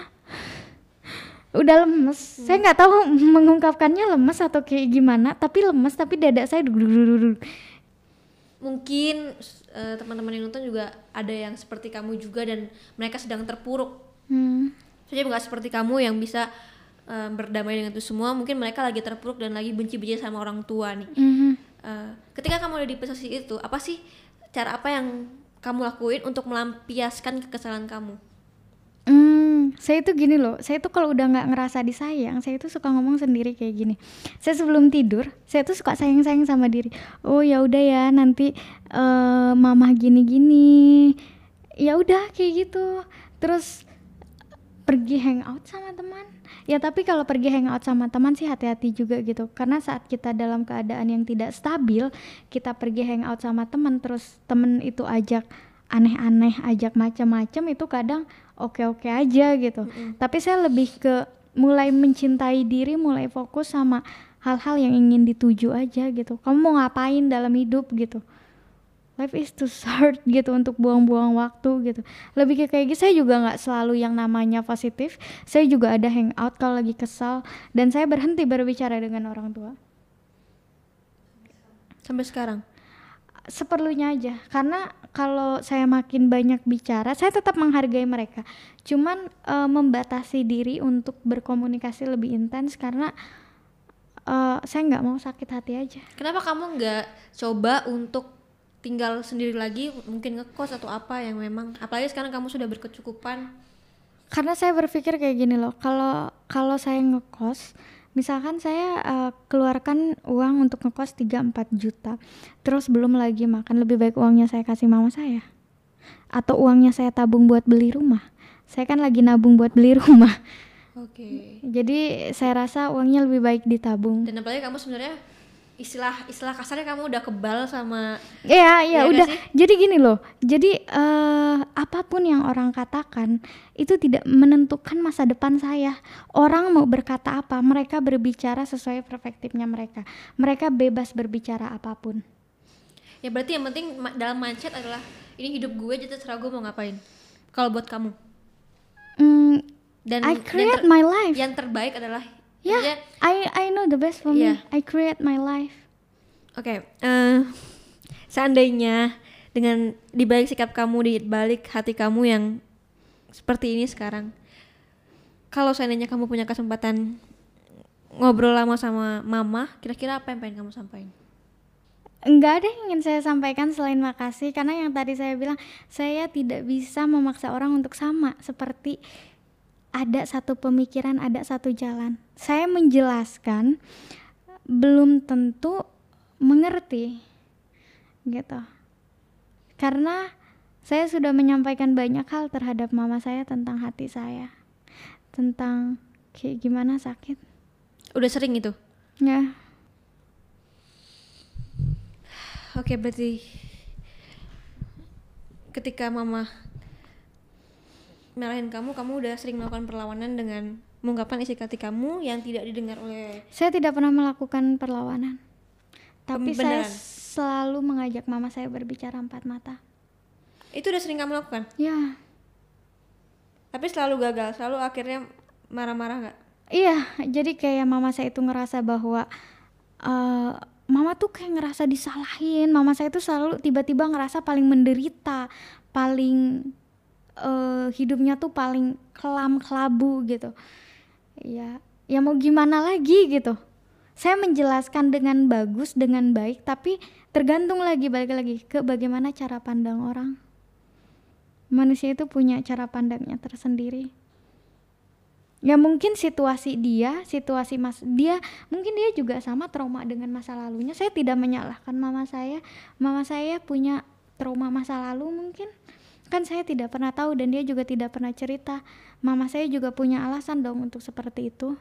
[SPEAKER 1] udah lemes. Saya nggak tahu mengungkapkannya lemes atau kayak gimana, tapi lemes, tapi dada saya duduk.
[SPEAKER 2] Mungkin teman-teman yang nonton juga ada yang seperti kamu juga dan mereka sedang terpuruk. Saya nggak seperti kamu yang bisa berdamai dengan itu semua. Mungkin mereka lagi terpuruk dan lagi benci-benci sama orang tua nih. Ketika kamu ada di posisi itu, apa sih cara apa yang kamu lakuin untuk melampiaskan kekesalan kamu?
[SPEAKER 1] Saya itu gini loh, saya tuh kalau udah nggak ngerasa disayang, saya tuh suka ngomong sendiri kayak gini. Saya sebelum tidur, saya tuh suka sayang-sayang sama diri. Oh ya udah ya, nanti mama gini-gini. Ya udah kayak gitu. Terus pergi hangout sama teman. Ya tapi kalau pergi hangout sama teman sih hati-hati juga gitu. Karena saat kita dalam keadaan yang tidak stabil, kita pergi hangout sama teman, terus temen itu ajak aneh-aneh, ajak macam-macam, itu kadang oke-oke aja gitu. Tapi saya lebih ke mulai mencintai diri, mulai fokus sama hal-hal yang ingin dituju aja gitu. Kamu mau ngapain dalam hidup gitu. Life is too short gitu untuk buang-buang waktu gitu. Lebih ke kayak gitu. Saya juga nggak selalu yang namanya positif. Saya juga ada hangout kalau lagi kesal, dan saya berhenti berbicara dengan orang tua.
[SPEAKER 2] Sampai sekarang?
[SPEAKER 1] Seperlunya aja, karena kalau saya makin banyak bicara, saya tetap menghargai mereka, cuman membatasi diri untuk berkomunikasi lebih intens karena saya nggak mau sakit hati aja.
[SPEAKER 2] Kenapa kamu nggak coba untuk tinggal sendiri lagi, mungkin ngekos atau apa yang memang, apalagi sekarang kamu sudah berkecukupan?
[SPEAKER 1] Karena saya berpikir kayak gini loh, kalau saya ngekos, misalkan saya keluarkan uang untuk ngekos 3-4 juta, terus belum lagi makan, lebih baik uangnya saya kasih mama saya, atau uangnya saya tabung buat beli rumah. Saya kan lagi nabung buat beli rumah. Jadi saya rasa uangnya lebih baik ditabung.
[SPEAKER 2] Dan apalagi kamu sebenarnya istilah kasarnya kamu udah kebal sama
[SPEAKER 1] ya udah. Jadi gini loh, jadi apapun yang orang katakan itu tidak menentukan masa depan saya. Orang mau berkata apa, mereka berbicara sesuai perspektifnya mereka. Mereka bebas berbicara apapun.
[SPEAKER 2] Ya berarti yang penting dalam mindset adalah ini hidup gue, jadi terserah gue mau ngapain. Kalau buat kamu dan
[SPEAKER 1] I create my life.
[SPEAKER 2] Yang terbaik adalah
[SPEAKER 1] I know the best for me. I create my life.
[SPEAKER 2] Oke, seandainya dengan dibalik sikap kamu, dibalik hati kamu yang seperti ini sekarang, kalau seandainya kamu punya kesempatan ngobrol lama sama mama, kira-kira apa yang pengen kamu sampaikan?
[SPEAKER 1] Enggak ada yang ingin saya sampaikan selain makasih, karena yang tadi saya bilang, saya tidak bisa memaksa orang untuk sama. Seperti ada satu pemikiran, ada satu jalan. Saya menjelaskan, belum tentu mengerti gitu. Karena saya sudah menyampaikan banyak hal terhadap mama saya, tentang hati saya, tentang kayak gimana sakit.
[SPEAKER 2] Udah sering itu?
[SPEAKER 1] Ya.
[SPEAKER 2] Oke, berarti ketika mama marahin kamu udah sering melakukan perlawanan dengan mengungkapkan isi hati kamu yang tidak didengar oleh...
[SPEAKER 1] Saya tidak pernah melakukan perlawanan, tapi
[SPEAKER 2] Beneran?
[SPEAKER 1] saya selalu mengajak mama saya berbicara empat mata.
[SPEAKER 2] Itu udah sering kamu lakukan?
[SPEAKER 1] Ya.
[SPEAKER 2] Tapi selalu gagal, selalu akhirnya marah-marah gak?
[SPEAKER 1] Iya, jadi kayak mama saya itu ngerasa bahwa mama tuh kayak ngerasa disalahin. Mama saya tuh selalu tiba-tiba ngerasa paling menderita, paling hidupnya tuh paling kelam kelabu gitu. Ya mau gimana lagi gitu. Saya menjelaskan dengan bagus, dengan baik, tapi tergantung lagi, balik lagi ke bagaimana cara pandang orang. Manusia itu punya cara pandangnya tersendiri. Ya mungkin situasi dia mungkin dia juga sama trauma dengan masa lalunya. Saya tidak menyalahkan mama saya punya trauma masa lalu mungkin, kan saya tidak pernah tahu dan dia juga tidak pernah cerita. Mama saya juga punya alasan dong untuk seperti itu.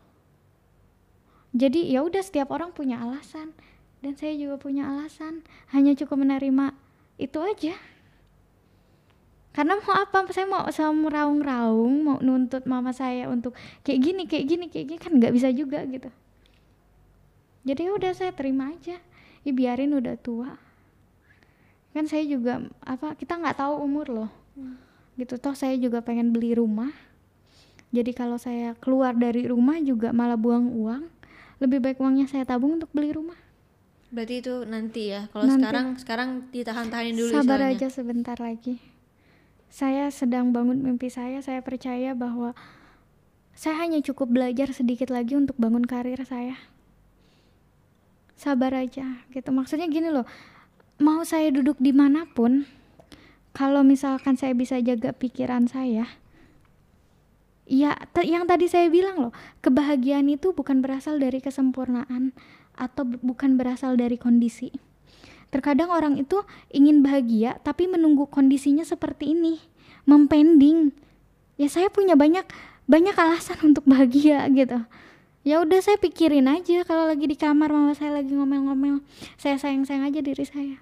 [SPEAKER 1] Jadi ya udah, setiap orang punya alasan dan saya juga punya alasan, hanya cukup menerima itu aja. Karena mau apa, saya mau raung-raung, mau nuntut mama saya untuk kayak gini kan nggak bisa juga gitu. Jadi udah saya terima aja, ya biarin udah tua. Kan saya juga kita nggak tahu umur loh, gitu. Toh saya juga pengen beli rumah. Jadi kalau saya keluar dari rumah juga malah buang uang, lebih baik uangnya saya tabung untuk beli rumah.
[SPEAKER 2] Berarti itu nanti ya. Kalau sekarang ditahan-tahanin dulu.
[SPEAKER 1] Sabar aja sebentar lagi. Saya sedang bangun mimpi saya percaya bahwa saya hanya cukup belajar sedikit lagi untuk bangun karir saya. Sabar aja gitu, maksudnya gini loh, mau saya duduk dimanapun, kalau misalkan saya bisa jaga pikiran saya, ya yang tadi saya bilang loh, kebahagiaan itu bukan berasal dari kesempurnaan atau bukan berasal dari kondisi. Terkadang orang itu ingin bahagia tapi menunggu kondisinya seperti ini, mempending. Ya saya punya banyak alasan untuk bahagia gitu. Ya udah, saya pikirin aja kalau lagi di kamar mama saya lagi ngomel-ngomel, saya sayang-sayang aja diri saya.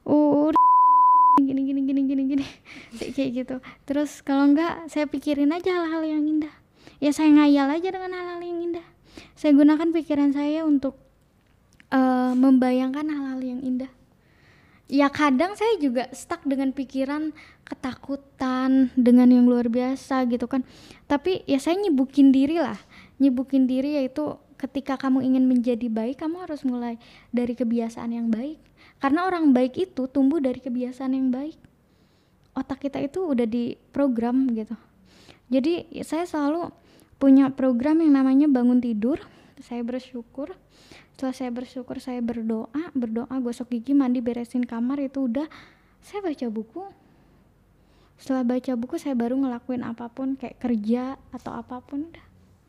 [SPEAKER 1] Gini kayak gitu. Terus kalau enggak, saya pikirin aja hal-hal yang indah. Ya saya ngayal aja dengan hal-hal yang indah. Saya gunakan pikiran saya untuk membayangkan hal-hal yang indah. Ya kadang saya juga stuck dengan pikiran ketakutan dengan yang luar biasa gitu kan. Tapi ya saya nyibukin diri yaitu ketika kamu ingin menjadi baik, kamu harus mulai dari kebiasaan yang baik. Karena orang baik itu tumbuh dari kebiasaan yang baik. Otak kita itu udah diprogram gitu. Jadi saya selalu punya program yang namanya bangun tidur, saya bersyukur. Setelah saya bersyukur, saya berdoa, gosok gigi, mandi, beresin kamar, itu udah saya baca buku. Setelah baca buku, saya baru ngelakuin apapun, kayak kerja atau apapun udah.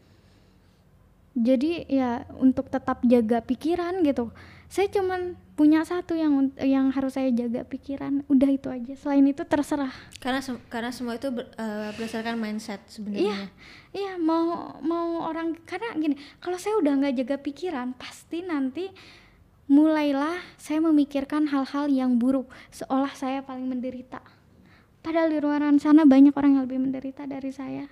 [SPEAKER 1] Jadi ya untuk tetap jaga pikiran gitu, saya cuman punya satu yang harus saya jaga pikiran, udah itu aja. Selain itu terserah.
[SPEAKER 2] Karena semua itu berdasarkan mindset sebenarnya.
[SPEAKER 1] Iya, mau orang, karena gini, kalau saya udah nggak jaga pikiran, pasti nanti mulailah saya memikirkan hal-hal yang buruk, seolah saya paling menderita. Padahal di luar sana banyak orang yang lebih menderita dari saya.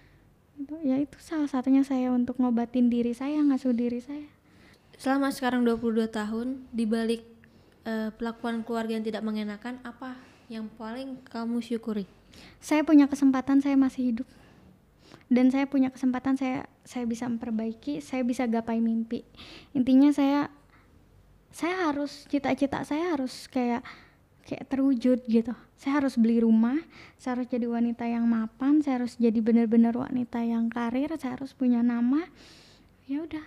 [SPEAKER 1] Ya itu salah satunya saya untuk ngobatin diri saya, ngasuh diri saya.
[SPEAKER 2] Selama sekarang 22 tahun, dibalik pelakuan keluarga yang tidak mengenakan, apa yang paling kamu syukuri?
[SPEAKER 1] Saya punya kesempatan, saya masih hidup. Dan saya punya kesempatan, saya bisa memperbaiki, saya bisa gapai mimpi. Intinya saya harus, cita-cita saya harus kayak terwujud gitu. Saya harus beli rumah, saya harus jadi wanita yang mapan, saya harus jadi benar-benar wanita yang karir, saya harus punya nama. Ya udah.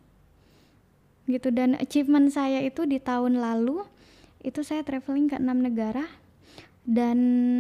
[SPEAKER 1] Gitu. Dan achievement saya itu di tahun lalu itu saya traveling ke 6 negara dan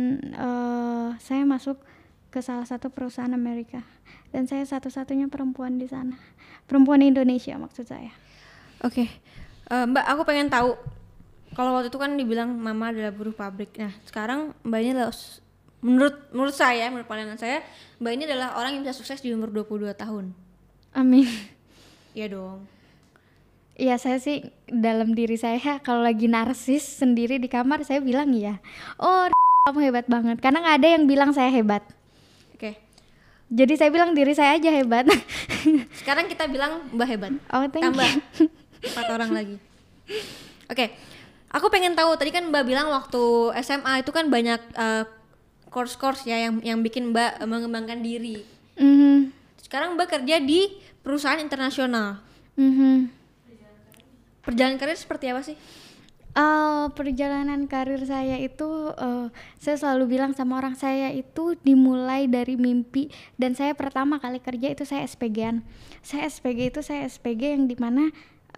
[SPEAKER 1] saya masuk ke salah satu perusahaan Amerika dan saya satu-satunya perempuan di sana, perempuan Indonesia maksud saya.
[SPEAKER 2] Oke. Mbak, aku pengen tahu, kalau waktu itu kan dibilang mama adalah buruh pabrik. Nah, sekarang Mbak ini adalah, menurut saya, menurut pandangan saya, Mbak ini adalah orang yang bisa sukses di umur 22 tahun.
[SPEAKER 1] Amin.
[SPEAKER 2] Iya dong.
[SPEAKER 1] Iya, saya sih dalam diri saya kalau lagi narsis sendiri di kamar saya bilang iya. Oh, kamu hebat banget. Karena nggak ada yang bilang saya hebat.
[SPEAKER 2] Oke.
[SPEAKER 1] Jadi saya bilang diri saya aja hebat.
[SPEAKER 2] Sekarang kita bilang Mbak hebat.
[SPEAKER 1] Oh,
[SPEAKER 2] tambah 4 orang lagi. Oke. Aku pengen tahu, tadi kan Mbak bilang waktu SMA itu kan banyak course-course ya yang bikin Mbak mengembangkan diri. Sekarang Mbak kerja di perusahaan internasional. Perjalanan karir seperti apa sih?
[SPEAKER 1] Perjalanan karir saya itu saya selalu bilang sama orang, saya itu dimulai dari mimpi. Dan saya pertama kali kerja itu saya SPG-an. Saya SPG yang dimana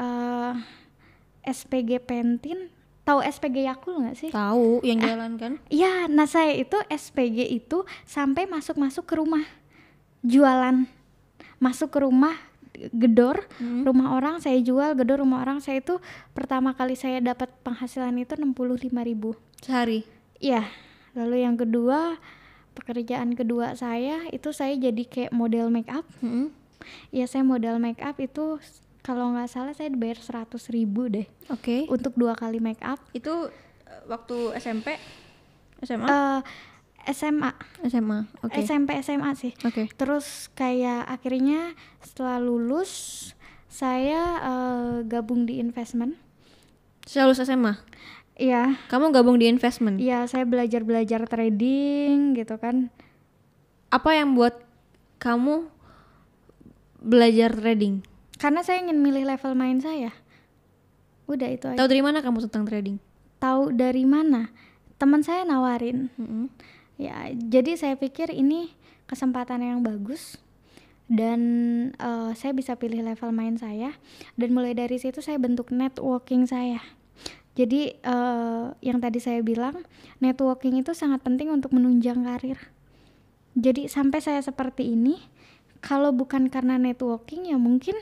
[SPEAKER 1] SPG Pentin. Tahu SPG Yakul nggak sih?
[SPEAKER 2] Tahu, yang jalan kan?
[SPEAKER 1] Iya, nah saya itu SPG itu sampai masuk ke rumah jualan, masuk ke rumah gedor, rumah orang saya jual, gedor rumah orang. Saya itu pertama kali saya dapat penghasilan itu 65.000
[SPEAKER 2] sehari.
[SPEAKER 1] Iya. Lalu yang kedua, pekerjaan kedua saya itu saya jadi kayak model make up. Iya, saya model make up itu kalau nggak salah saya dibayar 100.000 deh.
[SPEAKER 2] Oke.
[SPEAKER 1] Untuk 2 kali make up.
[SPEAKER 2] Itu waktu SMP, SMA?
[SPEAKER 1] SMA.
[SPEAKER 2] Oke.
[SPEAKER 1] SMP SMA sih.
[SPEAKER 2] Oke.
[SPEAKER 1] Terus kayak akhirnya setelah lulus saya gabung di investment.
[SPEAKER 2] Setelah lulus SMA?
[SPEAKER 1] Iya.
[SPEAKER 2] Kamu gabung di investment?
[SPEAKER 1] Iya, saya belajar trading gitu kan.
[SPEAKER 2] Apa yang buat kamu belajar trading?
[SPEAKER 1] Karena saya ingin milih level main saya. Udah itu aja.
[SPEAKER 2] Tahu dari mana kamu tentang trading?
[SPEAKER 1] Tahu dari mana? Teman saya nawarin. Ya, jadi saya pikir ini kesempatan yang bagus dan saya bisa pilih level main saya, dan mulai dari situ saya bentuk networking saya. Jadi yang tadi saya bilang, networking itu sangat penting untuk menunjang karir. Jadi sampai saya seperti ini, kalau bukan karena networking ya mungkin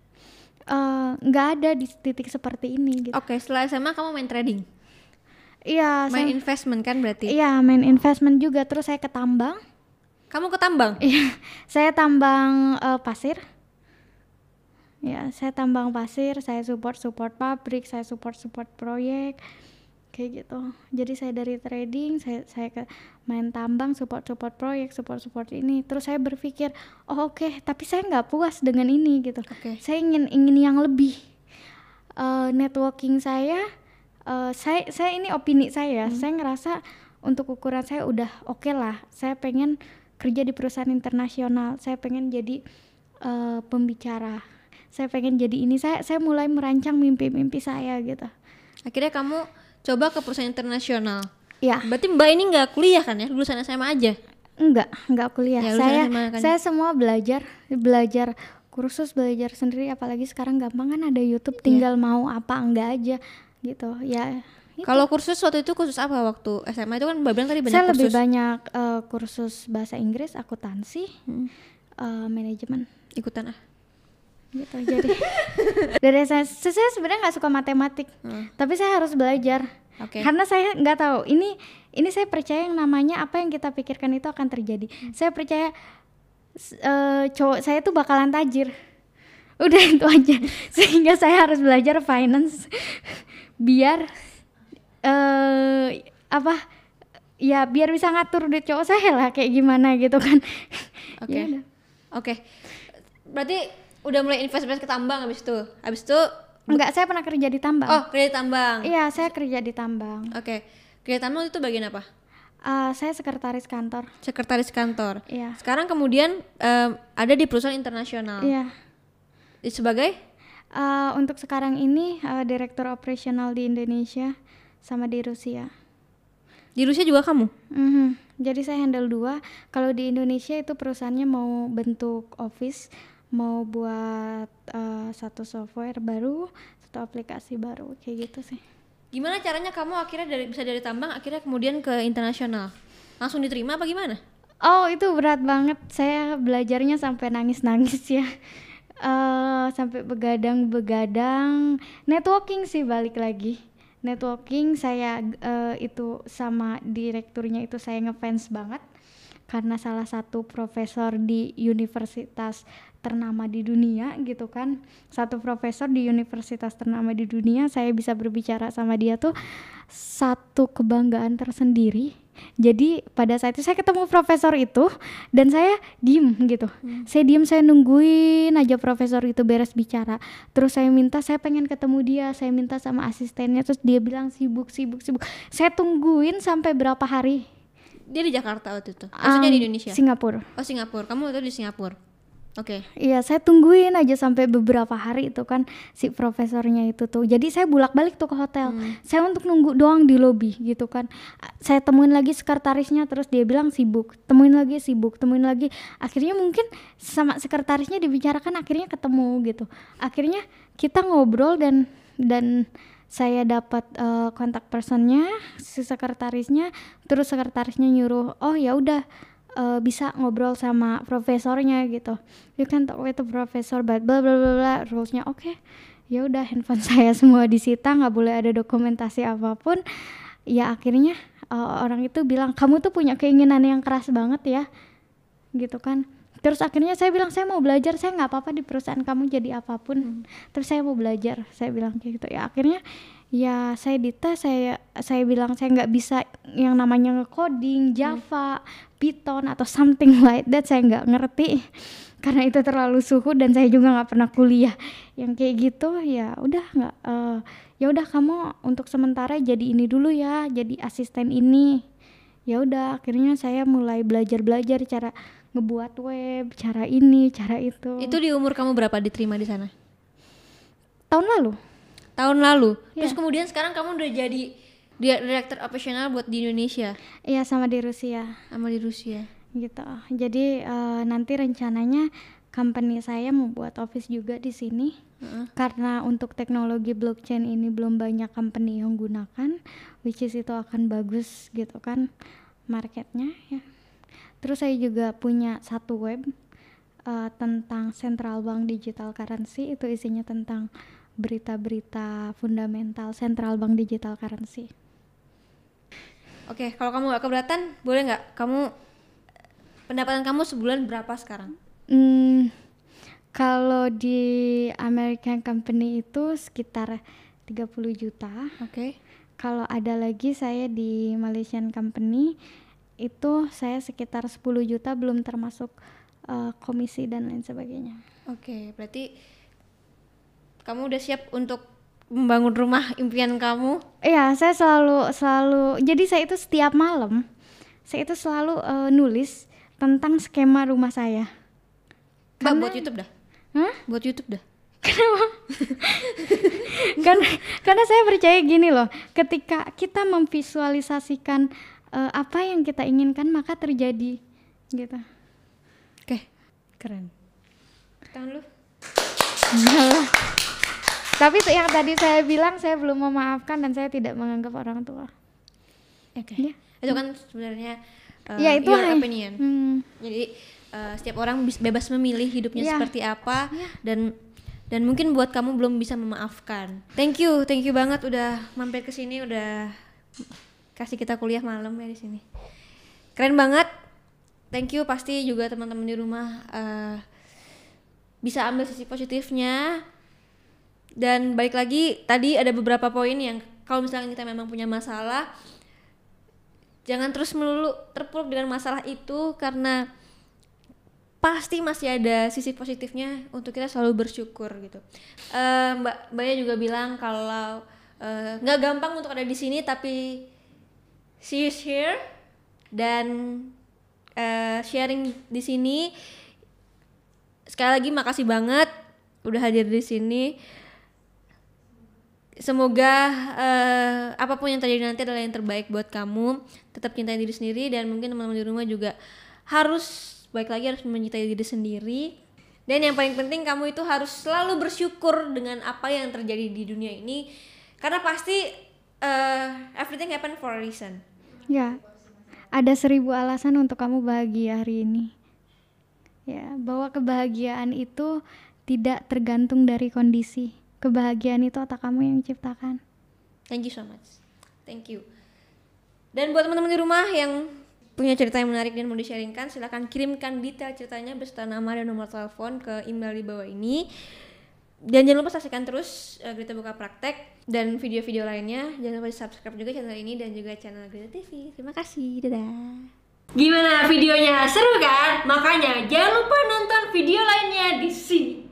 [SPEAKER 1] nggak ada di titik seperti ini gitu.
[SPEAKER 2] Oke, setelah SMA kamu main trading?
[SPEAKER 1] Iya,
[SPEAKER 2] main investment kan berarti?
[SPEAKER 1] Iya, main investment juga. Terus saya ke tambang.
[SPEAKER 2] Kamu ke tambang?
[SPEAKER 1] Iya, saya tambang pasir. Ya, saya tambang pasir, saya support pabrik, saya support proyek, kayak gitu. Jadi saya dari trading, saya ke main tambang, support proyek, support ini. Terus saya berpikir, oh oke, tapi saya nggak puas dengan ini gitu. Saya ingin yang lebih. Networking saya ini opini saya. Saya ngerasa untuk ukuran saya udah oke lah. Saya pengen kerja di perusahaan internasional. Saya pengen jadi pembicara. Saya pengen jadi ini. Saya mulai merancang mimpi saya gitu.
[SPEAKER 2] Akhirnya kamu coba ke perusahaan internasional.
[SPEAKER 1] Ya.
[SPEAKER 2] Berarti Mbak ini nggak kuliah kan ya? Lulusan SMA aja?
[SPEAKER 1] Enggak kuliah.
[SPEAKER 2] Ya,
[SPEAKER 1] saya semua belajar kursus, belajar sendiri. Apalagi sekarang gampang kan, ada YouTube, tinggal mau apa enggak aja gitu ya.
[SPEAKER 2] Kalau kursus waktu itu kursus apa waktu SMA itu kan Mbak bilang tadi banyak
[SPEAKER 1] saya
[SPEAKER 2] kursus?
[SPEAKER 1] Lebih banyak kursus bahasa Inggris, akuntansi, manajemen.
[SPEAKER 2] Ikutan
[SPEAKER 1] gitu. Jadi dari saya sebenarnya nggak suka matematik, tapi saya harus belajar. Karena saya nggak tahu, ini saya percaya yang namanya apa yang kita pikirkan itu akan terjadi. Saya percaya cowok saya tuh bakalan tajir. Udah itu aja. Sehingga saya harus belajar finance biar biar bisa ngatur duit cowok saya lah, kayak gimana gitu kan. Oke.
[SPEAKER 2] Berarti udah mulai investasi ke tambang habis itu
[SPEAKER 1] enggak, saya pernah kerja di tambang.
[SPEAKER 2] Oh, kerja di tambang.
[SPEAKER 1] Iya, saya kerja di tambang.
[SPEAKER 2] Oke. Kerja tambang itu bagian apa?
[SPEAKER 1] Saya sekretaris kantor.
[SPEAKER 2] Iya. Sekarang kemudian ada di perusahaan internasional.
[SPEAKER 1] Iya.
[SPEAKER 2] Sebagai
[SPEAKER 1] untuk sekarang ini direktur operasional di Indonesia sama di Rusia.
[SPEAKER 2] Di Rusia juga kamu?
[SPEAKER 1] Jadi saya handle 2. Kalau di Indonesia itu perusahaannya mau bentuk office, mau buat satu software baru, satu aplikasi baru, kayak gitu sih.
[SPEAKER 2] Gimana caranya kamu akhirnya bisa dari tambang akhirnya kemudian ke internasional? Langsung diterima apa gimana?
[SPEAKER 1] Oh, itu berat banget. Saya belajarnya sampai nangis ya. Sampai begadang. Networking sih, balik lagi. Networking saya itu sama direkturnya itu saya ngefans banget. Karena salah satu profesor di universitas ternama di dunia gitu kan. Satu profesor di universitas ternama di dunia, saya bisa berbicara sama dia tuh satu kebanggaan tersendiri. Jadi pada saat itu saya ketemu profesor itu dan saya diem gitu. Saya nungguin aja profesor itu beres bicara. Terus saya pengen ketemu dia, saya minta sama asistennya, terus dia bilang sibuk. Saya tungguin sampai berapa hari.
[SPEAKER 2] Dia di Jakarta waktu itu? Maksudnya di Indonesia?
[SPEAKER 1] Singapura.
[SPEAKER 2] Oh, Singapura. Kamu itu di Singapura? Oke.
[SPEAKER 1] Iya, saya tungguin aja sampai beberapa hari itu kan si profesornya itu tuh. Jadi saya bolak-balik tuh ke hotel. Saya untuk nunggu doang di lobi gitu kan. Saya temuin lagi sekretarisnya, terus dia bilang sibuk. Temuin lagi sibuk, temuin lagi. Akhirnya mungkin sama sekretarisnya dibicarakan, akhirnya ketemu gitu. Akhirnya kita ngobrol dan saya dapat kontak personnya, si sekretarisnya, terus sekretarisnya nyuruh, "Oh ya udah, bisa ngobrol sama profesornya gitu. You can talk with the professor but bla bla bla bla rulesnya." Oke. Ya udah, handphone saya semua disita, nggak boleh ada dokumentasi apapun. Ya akhirnya orang itu bilang, "Kamu tuh punya keinginan yang keras banget ya," gitu kan. Terus akhirnya saya bilang, "Saya mau belajar, saya nggak apa-apa di perusahaan kamu jadi apapun. Terus saya mau belajar," saya bilang kayak gitu. Ya akhirnya ya saya dites, saya bilang saya nggak bisa yang namanya nge-coding Java, Python atau something like that, saya nggak ngerti karena itu terlalu suhu dan saya juga nggak pernah kuliah yang kayak gitu. Ya udah nggak, ya udah kamu untuk sementara jadi ini dulu ya, jadi asisten ini. Ya udah, akhirnya saya mulai belajar cara ngebuat web, cara ini, cara itu.
[SPEAKER 2] Itu di umur kamu berapa diterima di sana?
[SPEAKER 1] Tahun lalu.
[SPEAKER 2] Tahun lalu.
[SPEAKER 1] Iya.
[SPEAKER 2] Terus kemudian sekarang kamu udah jadi direktur operasional buat di Indonesia
[SPEAKER 1] Iya, sama di Rusia
[SPEAKER 2] sama di Rusia.
[SPEAKER 1] gitu. Jadi nanti rencananya company saya mau buat office juga di sini. Karena untuk teknologi blockchain ini belum banyak company yang gunakan, which is itu akan bagus gitu kan marketnya ya. Terus saya juga punya satu web tentang central bank digital currency, itu isinya tentang berita-berita fundamental central bank digital currency.
[SPEAKER 2] Oke, kalau kamu gak keberatan, boleh nggak kamu pendapatan kamu sebulan berapa sekarang?
[SPEAKER 1] Kalau di American company itu sekitar 30 juta.
[SPEAKER 2] Oke.
[SPEAKER 1] Kalau ada lagi saya di Malaysian company itu saya sekitar 10 juta belum termasuk komisi dan lain sebagainya.
[SPEAKER 2] Oke, berarti kamu udah siap untuk membangun rumah impian kamu?
[SPEAKER 1] Iya, saya selalu jadi saya itu setiap malam saya itu selalu nulis tentang skema rumah saya.
[SPEAKER 2] Mbak, buat YouTube dah.
[SPEAKER 1] Hah?
[SPEAKER 2] Buat YouTube dah.
[SPEAKER 1] Karena saya percaya gini loh, ketika kita memvisualisasikan apa yang kita inginkan maka terjadi gitu.
[SPEAKER 2] Oke,
[SPEAKER 1] Keren.
[SPEAKER 2] tangan lu.
[SPEAKER 1] Iyalah. Tapi yang tadi saya bilang, saya belum memaafkan dan saya tidak menganggap orang tua.
[SPEAKER 2] Oke.
[SPEAKER 1] Ya.
[SPEAKER 2] Itu kan sebenarnya
[SPEAKER 1] Ya, itu
[SPEAKER 2] your
[SPEAKER 1] hanya-
[SPEAKER 2] opinion. Jadi setiap orang bebas memilih hidupnya
[SPEAKER 1] Ya.
[SPEAKER 2] seperti apa, dan mungkin buat kamu belum bisa memaafkan. Thank you banget udah mampir ke sini, udah kasih kita kuliah malam ya di sini. Keren banget. Thank you, pasti juga teman-teman di rumah bisa ambil sisi positifnya. Dan balik lagi, tadi ada beberapa poin yang kalau misalnya kita memang punya masalah, jangan terus melulu terpuruk dengan masalah itu, karena pasti masih ada sisi positifnya untuk kita selalu bersyukur gitu. Mbaknya juga bilang kalau nggak gampang untuk ada di sini, tapi she is here dan sharing di sini. Sekali lagi makasih banget udah hadir di sini. Semoga apapun yang terjadi nanti adalah yang terbaik buat kamu. Tetap cintai diri sendiri, dan mungkin teman-teman di rumah juga harus mencintai diri sendiri. Dan yang paling penting, kamu itu harus selalu bersyukur dengan apa yang terjadi di dunia ini, karena pasti everything happen for a reason.
[SPEAKER 1] Ya, ada 1000 alasan untuk kamu bahagia hari ini. Ya, bahwa kebahagiaan itu tidak tergantung dari kondisi. Kebahagiaan itu otak kamu yang ciptakan.
[SPEAKER 2] Thank you so much. Thank you. Dan buat teman-teman di rumah yang punya cerita yang menarik dan mau di-sharingkan, silahkan kirimkan detail ceritanya beserta nama dan nomor telepon ke email di bawah ini. Dan jangan lupa saksikan terus Grita Buka Praktek dan video-video lainnya. Jangan lupa di-subscribe juga channel ini dan juga channel Grita TV. Terima kasih. Dadah. Gimana videonya? Seru kan? Makanya jangan lupa nonton video lainnya di sini.